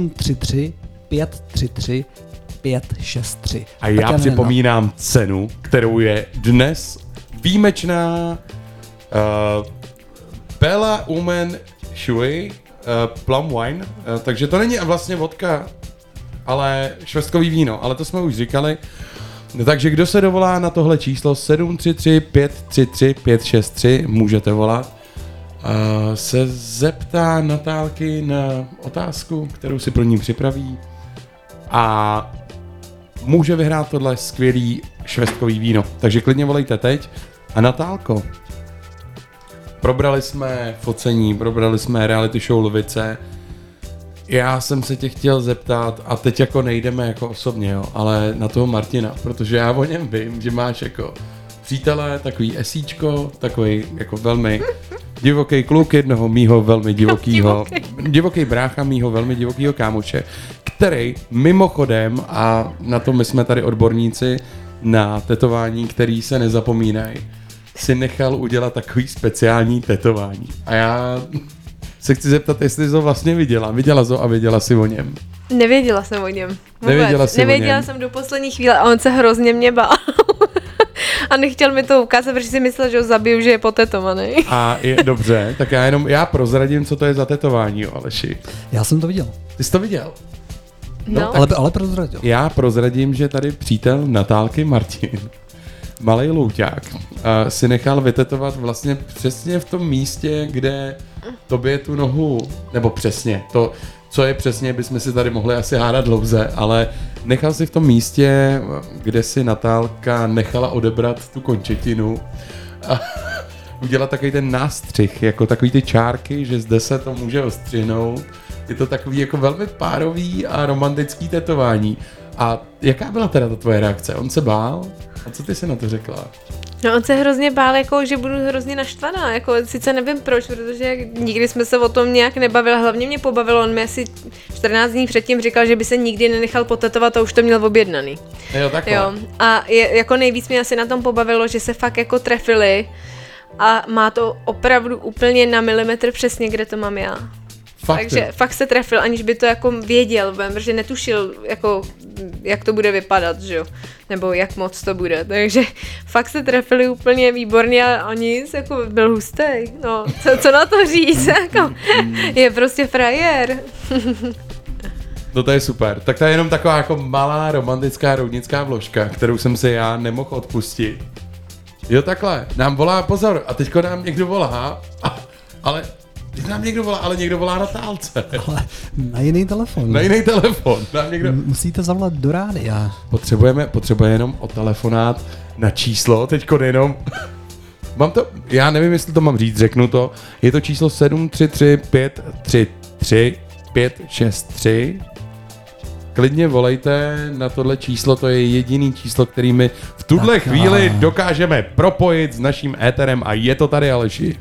733 533 563. A já připomínám cenu, kterou je dnes výjimečná Bella Umen Shui Plum Wine. Takže to není vlastně vodka, ale švestkový víno, ale to jsme už říkali. Takže kdo se dovolá na tohle číslo 733 533 563, můžete volat. Se zeptá Natálky na otázku, kterou si pro ní připraví. A může vyhrát tohle skvělý švestkový víno. Takže klidně volejte teď. A Natálko, probrali jsme focení, probrali jsme reality show Lovice. Já jsem se tě chtěl zeptat, a teď jako nejdeme jako osobně, jo, ale na toho Martina, protože já o něm vím, že máš jako přítele, takový esíčko, takový jako velmi Divoký kluk jednoho mýho velmi divokýho, divoký brácha mýho velmi divokýho kámoše, který mimochodem, a na to my jsme tady odborníci na tetování, který se nezapomínají, si nechal udělat takový speciální tetování. A já se chci zeptat, jestli jsi to vlastně viděla. Viděla jsi ho a věděla si o něm? Nevěděla jsem o něm. Vůbec. Nevěděla jsem do poslední chvíle a on se hrozně mě bál. A nechtěl mi to ukázat, protože si myslel, že ho zabiju, že je potetovaný. A je dobře, tak já prozradím, co to je za tetování, jo, Aleši. Já jsem to viděl. Ty jsi to viděl? No. Ale prozradil. Já prozradím, že tady přítel Natálky Martin, malej louťák, si nechal vytetovat vlastně přesně v tom místě, kde tobě tu nohu, nebo přesně, to, co je přesně, bychom si tady mohli asi hádat dlouze, ale nechal si v tom místě, kde si Natálka nechala odebrat tu končetinu a udělat takový ten nástřih, jako takový ty čárky, že zde se to může ostřihnout. Je to takový jako velmi párový a romantický tetování. A jaká byla teda ta tvoje reakce? On se bál? A co ty si na to řekla? No on se hrozně bál, jako, že budu hrozně naštvaná, jako sice nevím proč, protože nikdy jsme se o tom nějak nebavili, hlavně mě pobavilo, on mi asi 14 dní předtím říkal, že by se nikdy nenechal potetovat a už to měl objednaný. Jo, takhle. Jo, a jako nejvíc mě asi na tom pobavilo, že se fakt jako trefili a má to opravdu úplně na milimetr přesně, kde to mám já. Fakt, Takže fakt se trefil, aniž by to jako věděl, protože netušil, jako, jak to bude vypadat, že jo, nebo jak moc to bude, takže fakt se trefili úplně výborně a nic, jako byl hustej, no, co na to říct, jako, je prostě frajer. No to je super. Tak to je jenom taková jako malá romantická roudnická vložka, kterou jsem si já nemohl odpustit. Jo, takhle, nám volá, pozor, a teďko nám někdo volá, ale někdo volá Natálce. Ale na jiný telefon. Na jiný telefon. Nám někdo... Musíte zavolat do rádia. Potřebujeme jenom o telefonát na číslo, teďko jenom. Mám to, já nevím, jestli to mám říct, řeknu to. Je to číslo 733 533 563. Klidně volejte na tohle číslo, to je jediný číslo, který my v tuhle chvíli dokážeme propojit s naším éterem a je to tady, Aleši.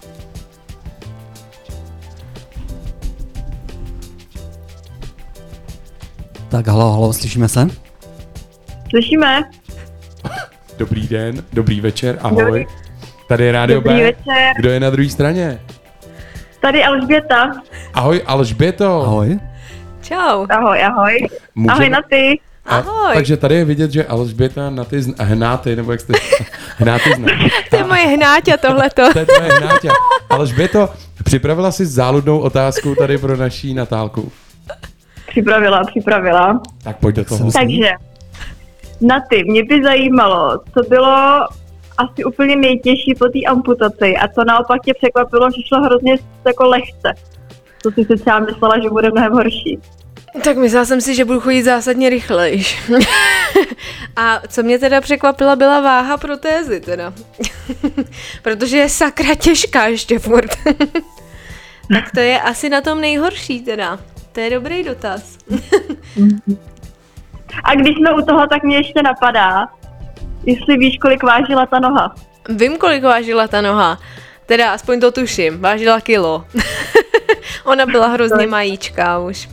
Tak halo, slyšíme se? Slyšíme? Dobrý den, dobrý večer, ahoj. Tady je Rádio Dobrý B. večer. Kdo je na druhé straně? Tady Alžběta. Ahoj, Alžběto. Ahoj. Čau. Ahoj. Ahoj na ty. Ahoj. Takže tady je vidět, že Alžběta na ty hnáty, nebo jak jste hnáty zná. To je moje hnáťa tohleto. To je tvoje hnáťa. Alžběto, připravila jsi záludnou otázku tady pro naší Natálku. Připravila. Tak pojď do toho. Takže, na ty, mě by zajímalo, co bylo asi úplně nejtěžší po té amputaci a co naopak tě překvapilo, že šlo hrozně jako lehce. Co jsi si třeba myslela, že bude mnohem horší. Tak myslela jsem si, že budu chodit zásadně rychlejš. A co mě teda překvapila, byla váha protézy teda. Protože je sakra těžká ještě furt. Tak to je asi na tom nejhorší teda. To je dobrý dotaz. A když jsme u toho, tak mě ještě napadá, jestli víš, kolik vážila ta noha. Vím, kolik vážila ta noha. Teda aspoň to tuším. Vážila kilo. Ona byla hrozně majíčká už.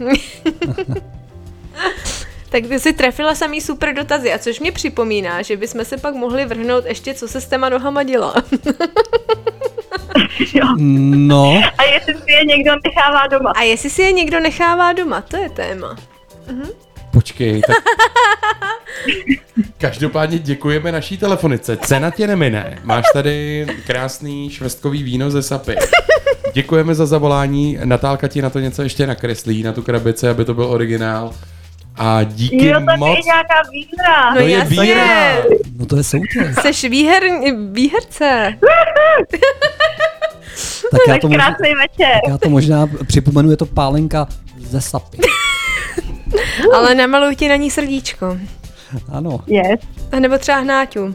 Tak ty si trefila samý super dotazy, a což mě připomíná, že bychom se pak mohli vrhnout ještě, co se s těma nohama dělá. No. A jestli si je někdo nechává doma. To je téma. Počkej, tak... Každopádně děkujeme naší telefonice. Cena tě nemine. Máš tady krásný švestkový víno ze Sapy. Děkujeme za zavolání. Natálka ti na to něco ještě nakreslí, na tu krabici, aby to byl originál. A díky jo, to moc. Je nějaká výhra. No je výhra. No to je soutěž. Jseš výherce. Tak Krásný večer. já to možná připomenu, je to pálenka ze Sapy. Ale namaluj ti na ní srdíčko. Ano. Yes. A nebo třeba hnáťu.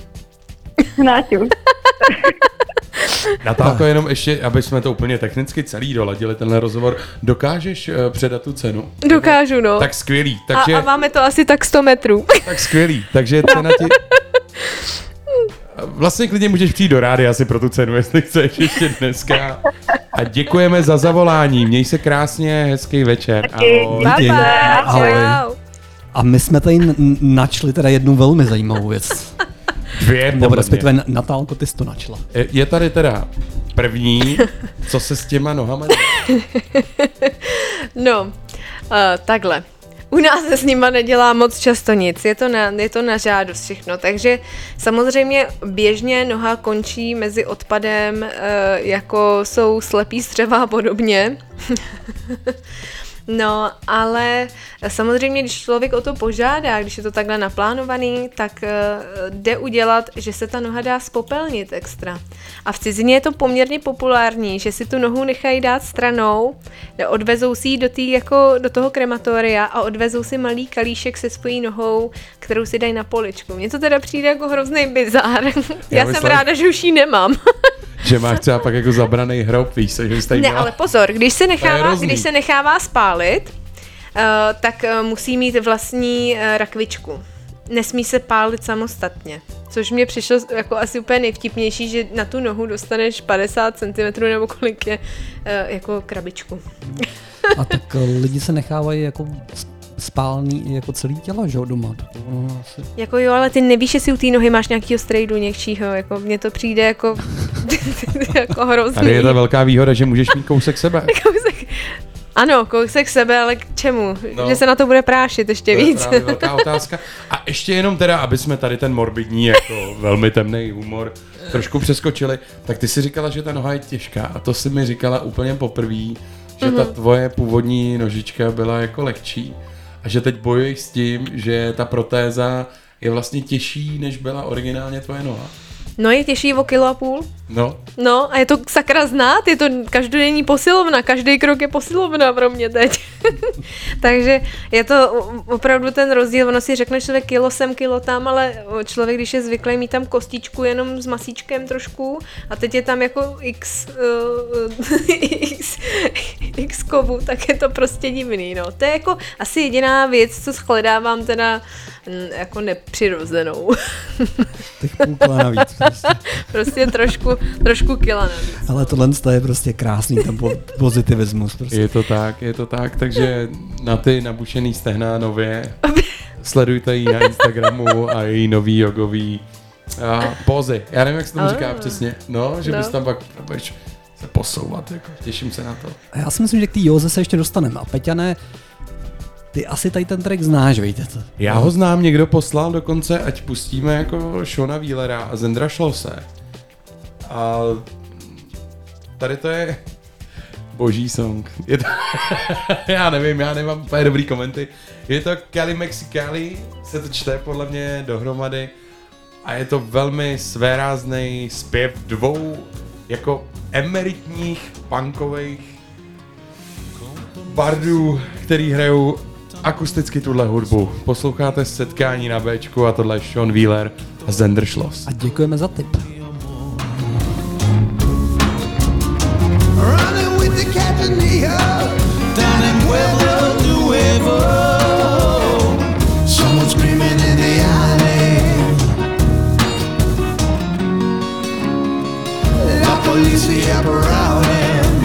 Natálko, jenom ještě, aby jsme to úplně technicky celý doladili, tenhle rozhovor, dokážeš předat tu cenu? Dokážu, no. Tak skvělý. Takže, A máme to asi tak 100 metrů. tak skvělý. Takže cena ti... Vlastně klidně můžeš přijít do rádia asi pro tu cenu, jestli chceš ještě dneska. A děkujeme za zavolání. Měj se krásně, hezký večer. Ahoj. Bye Díky. bye, Ahoj. čau. A my jsme tady načli teda jednu velmi zajímavou věc. Dvě, Nebo podle respektive mě. Natálko, ty jsi to načla. Je tady teda první, co se s těma nohama dělá. No, takhle. U nás se s nima nedělá moc často nic, je to na žádost všechno, takže samozřejmě běžně noha končí mezi odpadem, jako jsou slepý střeva a podobně. No, ale samozřejmě, když člověk o to požádá, když je to takhle naplánovaný, tak jde udělat, že se ta noha dá spopelnit extra. A v cizině je to poměrně populární, že si tu nohu nechají dát stranou, odvezou si ji do toho krematoria a odvezou si malý kalíšek se svojí nohou, kterou si dají na poličku. Mně to teda přijde jako hrozný bizár. Já jsem ráda, že už ji nemám. Že máš třeba pak jako zabraný hrob, víš se, že jsi tady Ne, měla... ale pozor, když se nechává spálit, tak musí mít vlastní rakvičku. Nesmí se pálit samostatně. Což mě přišlo jako asi úplně nejvtipnější, že na tu nohu dostaneš 50 cm nebo kolik je jako krabičku. A tak lidi se nechávají jako spálný jako celý tělo, že jo, doma. Asi. Jako jo, ale ty nevíš, jestli u té nohy máš nějakýho strejdu někčího, jako mně to přijde jako, jako hrozný. Tady je ta velká výhoda, že můžeš mít kousek sebe. Ano, kousek sebe, ale k čemu? No. Že se na to bude prášit ještě To je víc. právě velká otázka. A ještě jenom teda, aby jsme tady ten morbidní, jako velmi temný humor trošku přeskočili, tak ty si říkala, že ta noha je těžká a to si mi říkala úplně poprvé, že ta tvoje původní nožička byla jako lehčí a že teď bojuješ s tím, že ta protéza je vlastně těžší, než byla originálně tvoje noha. No je těžší o 1,5 kg. No. No a je to sakra znát, je to každodenní posilovna, každý krok je posilovna pro mě teď. Takže je to opravdu ten rozdíl, ono si řekne člověk kilo sem, kilo tam, ale člověk, když je zvyklý mít tam kostičku jenom s masíčkem trošku a teď je tam jako x kovu, tak je to prostě divný, no. To je jako asi jediná věc, co shledávám teda jako nepřirozenou. Těch půl kila navíc. Prostě trošku kila navíc. Ale tohle je prostě krásný, ten pozitivismus. Prostě. Je to tak, takže na ty nabušený stehna nově sledujte ji na Instagramu a její nový jogový pózy. Já nevím, jak se tomu říká přesně. No, že bys tam pak budeš se posouvat, jako. Těším se na to. A já si myslím, že k té józe se ještě dostaneme. A Peťane, ty asi tady ten track znáš, víte to. Já ho znám, někdo poslal dokonce, ať pustíme jako Shona Wheelera a Zendra Schlose. A tady to je boží song. Je to já nevím, já nemám úplně dobrý komenty. Je to Cali Mexicali, se to čte podle mě dohromady a je to velmi svéráznej zpěv dvou jako emeritních punkových bardů, který hrajou akusticky tuhle hudbu. Posloucháte Setkání na Bčku a tohle je Sean Wheeler a Zender Schloss. A děkujeme za tip. Running with the Catanea down in Pueblo Nuevo. Someone screaming in the alley. La policía prowling.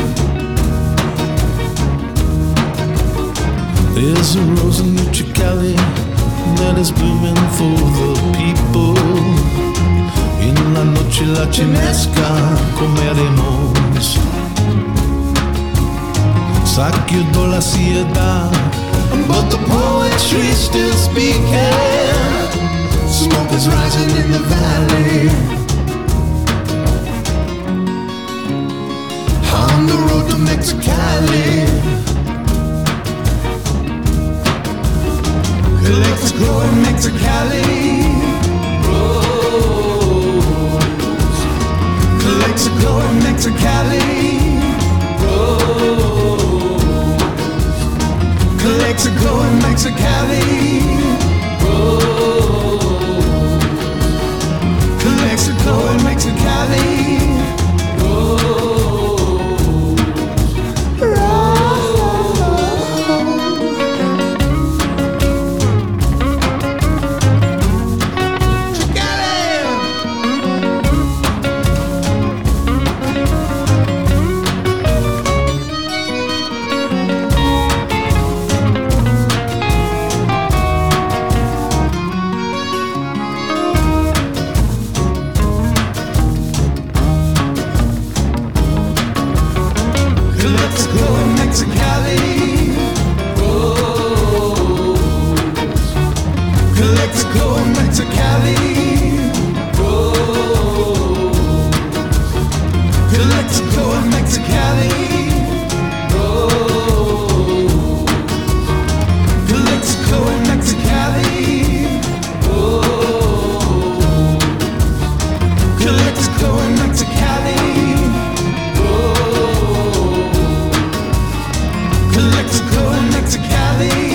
There's a rose in Nutricali that is blooming for the people. En la noche la chinesca comeremos. Sacudo la ciudad, But the poetry's still speaking. Smoke is rising in the valley. On the road to Mexicali. Let's go in Mexicali. Let's go in Mexicali. Calexico and Mexicali. Calexico and Mexicali. Mexicali. Calexico and Mexicali. Oh, Calexico and Mexicali. Oh, Calexico and Mexicali. Oh, Calexico and Mexicali. Oh, Calexico and Mexicali.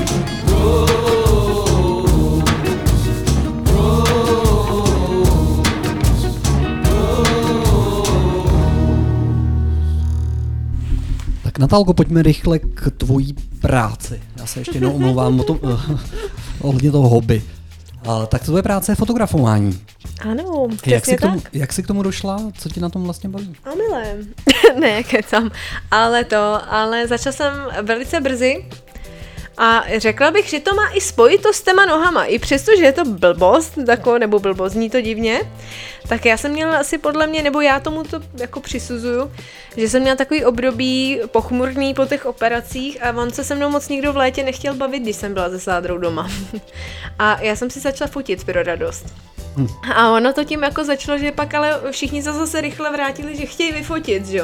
Natálko, pojďme rychle k tvojí práci. Já se ještě jednou omlouvám o tom, ohledně toho hobby. Tak tvoje práce je fotografování. Ano, přesně tak. Jak jsi k tomu došla? Co ti na tom vlastně baví? Omylem. Ne, kecám. Ale začala jsem velice brzy. A řekla bych, že to má i spojitost s těma nohama. I přesto, že je to blbost, nebo blbost, zní to divně, tak já jsem měla asi podle mě, nebo já tomu to jako přisuzuju, že jsem měla takový období pochmurný po těch operacích a on se se mnou moc nikdo v létě nechtěl bavit, když jsem byla se Sádrou doma. A já jsem si začala fotit pro radost. A ono to tím jako začalo, že pak ale všichni se zase rychle vrátili, že chtějí vyfotit, že jo.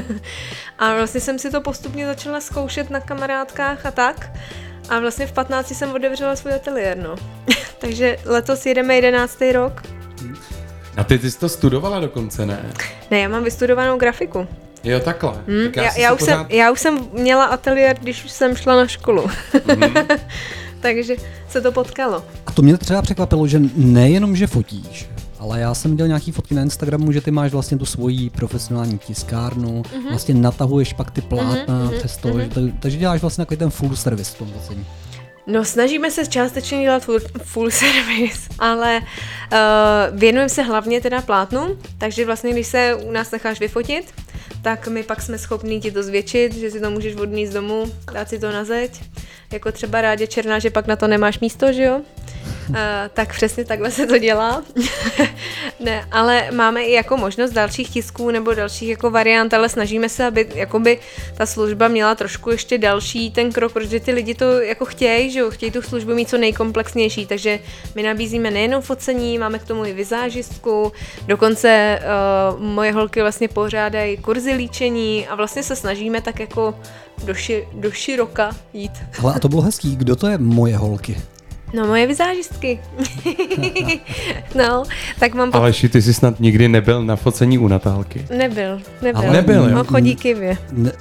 A vlastně jsem si to postupně začala zkoušet na kamarádkách a tak. A vlastně v 15 jsem otevřela svůj ateliér, no. Takže letos jedeme 11. rok. A ty jsi to studovala dokonce, ne? Ne, já mám vystudovanou grafiku. Jo, takhle. Tak já už jsem měla ateliér, když už jsem šla na školu. Takže se to potkalo. A to mě třeba překvapilo, že nejenom, že fotíš, ale já jsem viděl nějaký fotky na Instagramu, že ty máš vlastně tu svoji profesionální tiskárnu, vlastně natahuješ pak ty plátna přesto, takže děláš vlastně takový ten full service v tom focení. No, snažíme se částečně dělat full service, ale věnujeme se hlavně teda plátnu, takže vlastně když se u nás necháš vyfotit, tak my pak jsme schopní ti to zvětšit, že si to můžeš odníst domů, dát si to na zeď, jako třeba Rádě Černá, že pak na to nemáš místo, že jo? Tak přesně takhle se to dělá. Ne, ale máme i jako možnost dalších tisků nebo dalších jako variant, ale snažíme se, aby jakoby ta služba měla trošku ještě další ten krok, protože ty lidi to jako chtějí, že jo, chtějí tu službu mít co nejkomplexnější, takže my nabízíme nejenom focení, máme k tomu i vizážistku, dokonce moje holky vlastně pořádají kurzy líčení a vlastně se snažíme tak jako do široka jít. Ale a to bylo hezký, kdo to je moje holky? No, moje vizážistky. No, tak mám... Aleši, ty jsi snad nikdy nebyl na focení u Natálky. Nebyl. Nebyl, jo? On chodí kivě.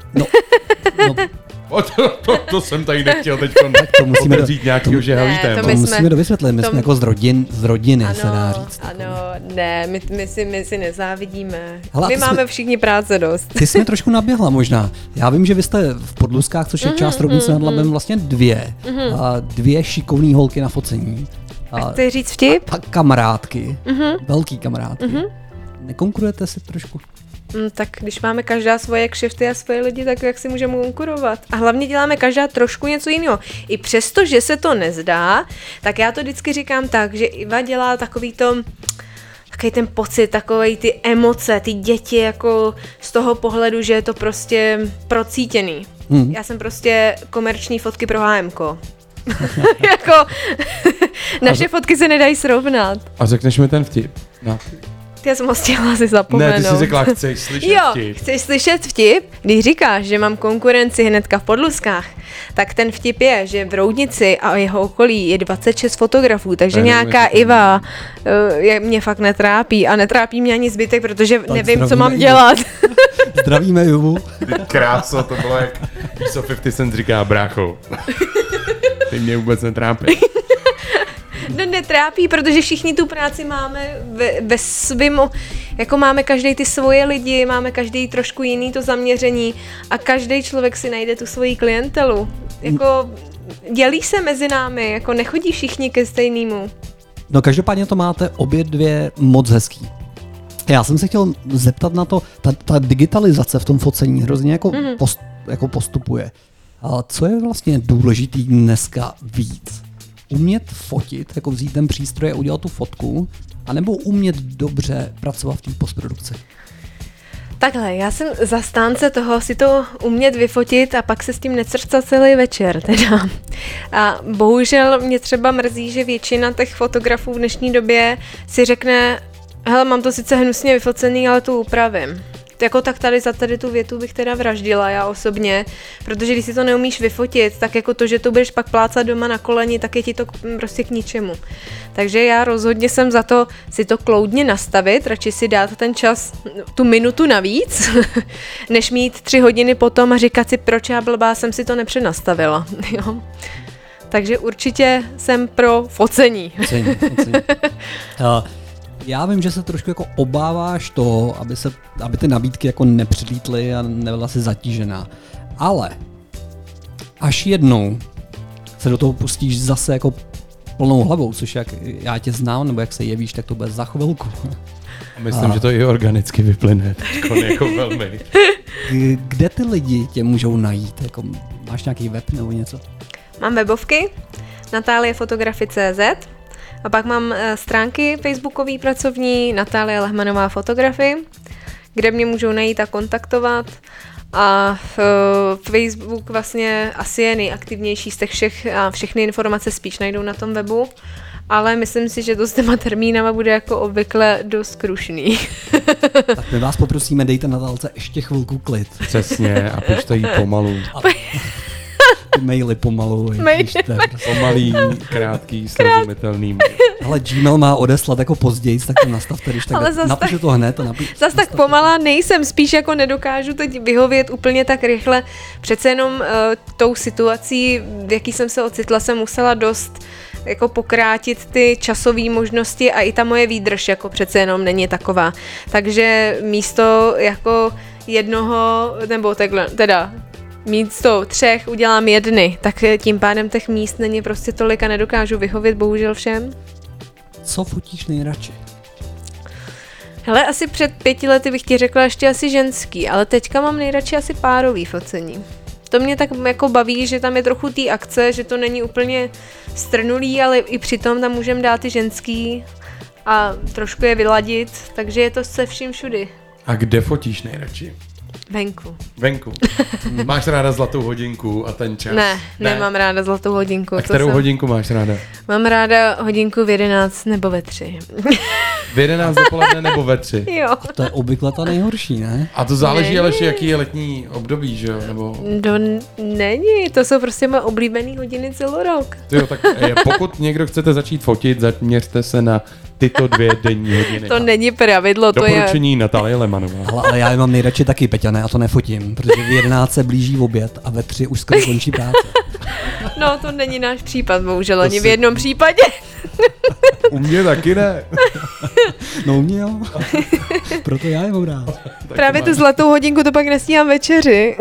To jsem tady nechtěl teď otevřít nějakýho žehavý téma. To musíme dovysvětlit, my jsme jako z rodiny, ano, se dá říct. Ano, ne, my si nezávidíme. Hele, my máme všichni práce dost. Ty jsi mě trošku naběhla možná. Já vím, že vy jste v Podluskách, což je část Roudnice nad Labem, vlastně dvě šikovný holky na focení. Chci říct vtip? A kamarádky, velký kamarádky. Nekonkurujete si trošku? Tak když máme každá svoje kšefty a svoje lidi, tak jak si můžeme konkurovat? A hlavně děláme každá trošku něco jiného. I přesto, že se to nezdá, tak já to vždycky říkám tak, že Iva dělá takový ten pocit, takový ty emoce, ty děti jako z toho pohledu, že je to prostě procítěný. Já jsem prostě komerční fotky pro HMko. Jako naše fotky se nedají srovnat. A řekneš mi ten vtip? No. Já jsem ho chtěla si zapomenout. Ne, ty jsi řekla, chceš slyšet vtip. Chceš slyšet vtip? Když říkáš, že mám konkurenci hnedka v Podluskách, tak ten vtip je, že v Roudnici a jeho okolí je 26 fotografů, takže nějaká Iva mě fakt netrápí a netrápí mě ani zbytek, protože tak nevím, co mám dělat. Zdravíme Ivu. Kráso, to bylo jak 50 Cent říká, brácho. Ty mě vůbec netrápí. No netrápí, protože všichni tu práci máme ve svým, jako máme každý ty svoje lidi, máme každý trošku jiný to zaměření a každý člověk si najde tu svoji klientelu. Jako dělí se mezi námi, jako nechodí všichni ke stejnému. No každopádně to máte obě dvě moc hezký. Já jsem se chtěl zeptat na to, ta digitalizace v tom focení hrozně jako postupuje. A co je vlastně důležitý dneska víc? Umět fotit, jako vzít ten přístroj a udělat tu fotku, anebo umět dobře pracovat v té postprodukci? Takhle, já jsem zastánce toho si to umět vyfotit a pak se s tím necrcat celý večer teda. A bohužel mě třeba mrzí, že většina těch fotografů v dnešní době si řekne, hele, mám to sice hnusně vyfocený, ale to upravím. Jako tak tady za tady tu větu bych teda vraždila já osobně, protože když si to neumíš vyfotit, tak jako to, že to budeš pak plácat doma na koleni, tak je ti to prostě k ničemu. Takže já rozhodně jsem za to si to kloudně nastavit, radši si dát ten čas, tu minutu navíc, než mít 3 hodiny potom a říkat si, proč já blbá jsem si to nepřenastavila. Jo? Takže určitě jsem pro focení. Focení. Já vím, že se trošku jako obáváš to, aby ty nabídky jako nepřilítly a nebyla si zatížená. Ale až jednou se do toho pustíš zase jako plnou hlavou, což jak já tě znám, nebo jak se jevíš, tak to bude za chvilku. Myslím, že to i organicky vyplyne. Jako velmi. Kde ty lidi tě můžou najít? Jako, máš nějaký web nebo něco? Mám webovky, nataliefotografy.cz a pak mám stránky facebookový pracovní, Natálie Lehmanová fotografy, kde mě můžou najít a kontaktovat. A Facebook vlastně asi je nejaktivnější z těch všech a všechny informace spíš najdou na tom webu. Ale myslím si, že to s těma termínama bude jako obvykle dost krušný. Tak my vás poprosíme, dejte Natálce ještě chvilku klid. Přesně, a pište jí pomalu. Maily pomalu. Pomalý, krátký, srozumitelný. Ale Gmail má odeslat jako později, tak to nastavte, když tak napišu to hned. Zas tak pomalá nejsem, spíš jako nedokážu teď vyhovět úplně tak rychle. Přece jenom tou situací, v jaký jsem se ocitla, jsem musela dost jako pokrátit ty časové možnosti a i ta moje výdrž jako přece jenom není taková. Takže místo jako jednoho, nebo takhle, teda místo 3 udělám 1, tak tím pádem těch míst není prostě tolik a nedokážu vyhovět bohužel všem. Co fotíš nejradši? Hele, asi před 5 lety bych ti řekla ještě asi ženský, ale teďka mám nejradši asi párový focení. To mě tak jako baví, že tam je trochu té akce, že to není úplně strnulý, ale i přitom tam můžeme dát i ženský a trošku je vyladit, takže je to se vším všudy. A kde fotíš nejradši? Venku. Máš ráda zlatou hodinku a ten čas? Ne, nemám ráda zlatou hodinku. A kterou hodinku máš ráda? Mám ráda hodinku v 11 nebo ve 3. V 11 dopoledne nebo ve 3? Jo. To je obvykle ta nejhorší, ne? A to záleží, ale jaký je letní období, že jo? Nebo... Není, to jsou prostě moje oblíbené hodiny celý rok. Jo, tak pokud někdo chcete začít fotit, zaměřte se na tyto 2 denní hodiny. To není pravidlo, to je... Doporučení Natálie Lehmanová. Ale já je mám nejradši taky, Peťa, ne, a to nefotím, protože v 11 se blíží oběd a ve 3 už skoro končí práce. No, to není náš případ, bohužel, ani v jednom případě. U mě taky ne. No u mě jo. Proto já je mám rád. Právě tu zlatou hodinku to pak nestíhám večeři.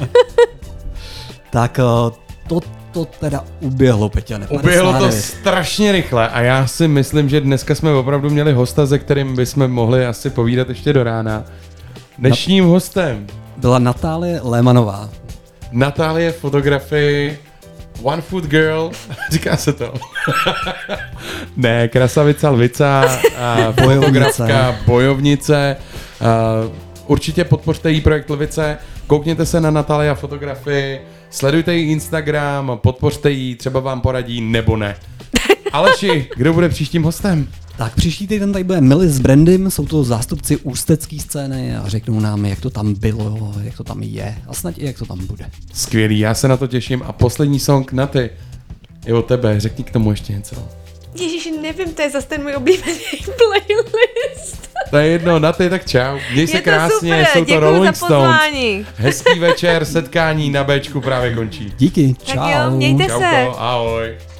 Tak to teda uběhlo, Peťa. Uběhlo to strašně rychle a já si myslím, že dneska jsme opravdu měli hosta, se kterým bychom mohli asi povídat ještě do rána. Dnešním hostem byla Natálie Lehmanová. Natálie fotografy, One Foot Girl, říká se to. Ne, krasavica, lvica, fotografka, bojovnice. Určitě podpořte jí projekt Lvice, koukněte se na Natália fotografy, sledujte jí Instagram, podpořte jí, třeba vám poradí, nebo ne. Aleši, kdo bude příštím hostem? Tak příští týden tady bude Milly s Brandym, jsou to zástupci ústecké scény a řeknou nám, jak to tam bylo, jak to tam je a snad i jak to tam bude. Skvělý, já se na to těším a poslední song na ty je od tebe, řekni k tomu ještě něco. Ježiši, nevím, to je zase ten můj oblíbený playlist. To je jedno, na ty, tak čau. Měj se krásně, super, jsou to Rolling Stones. Hezký večer, setkání na Bčku právě končí. Díky, čau. Tak jo, mějte se. Ahoj.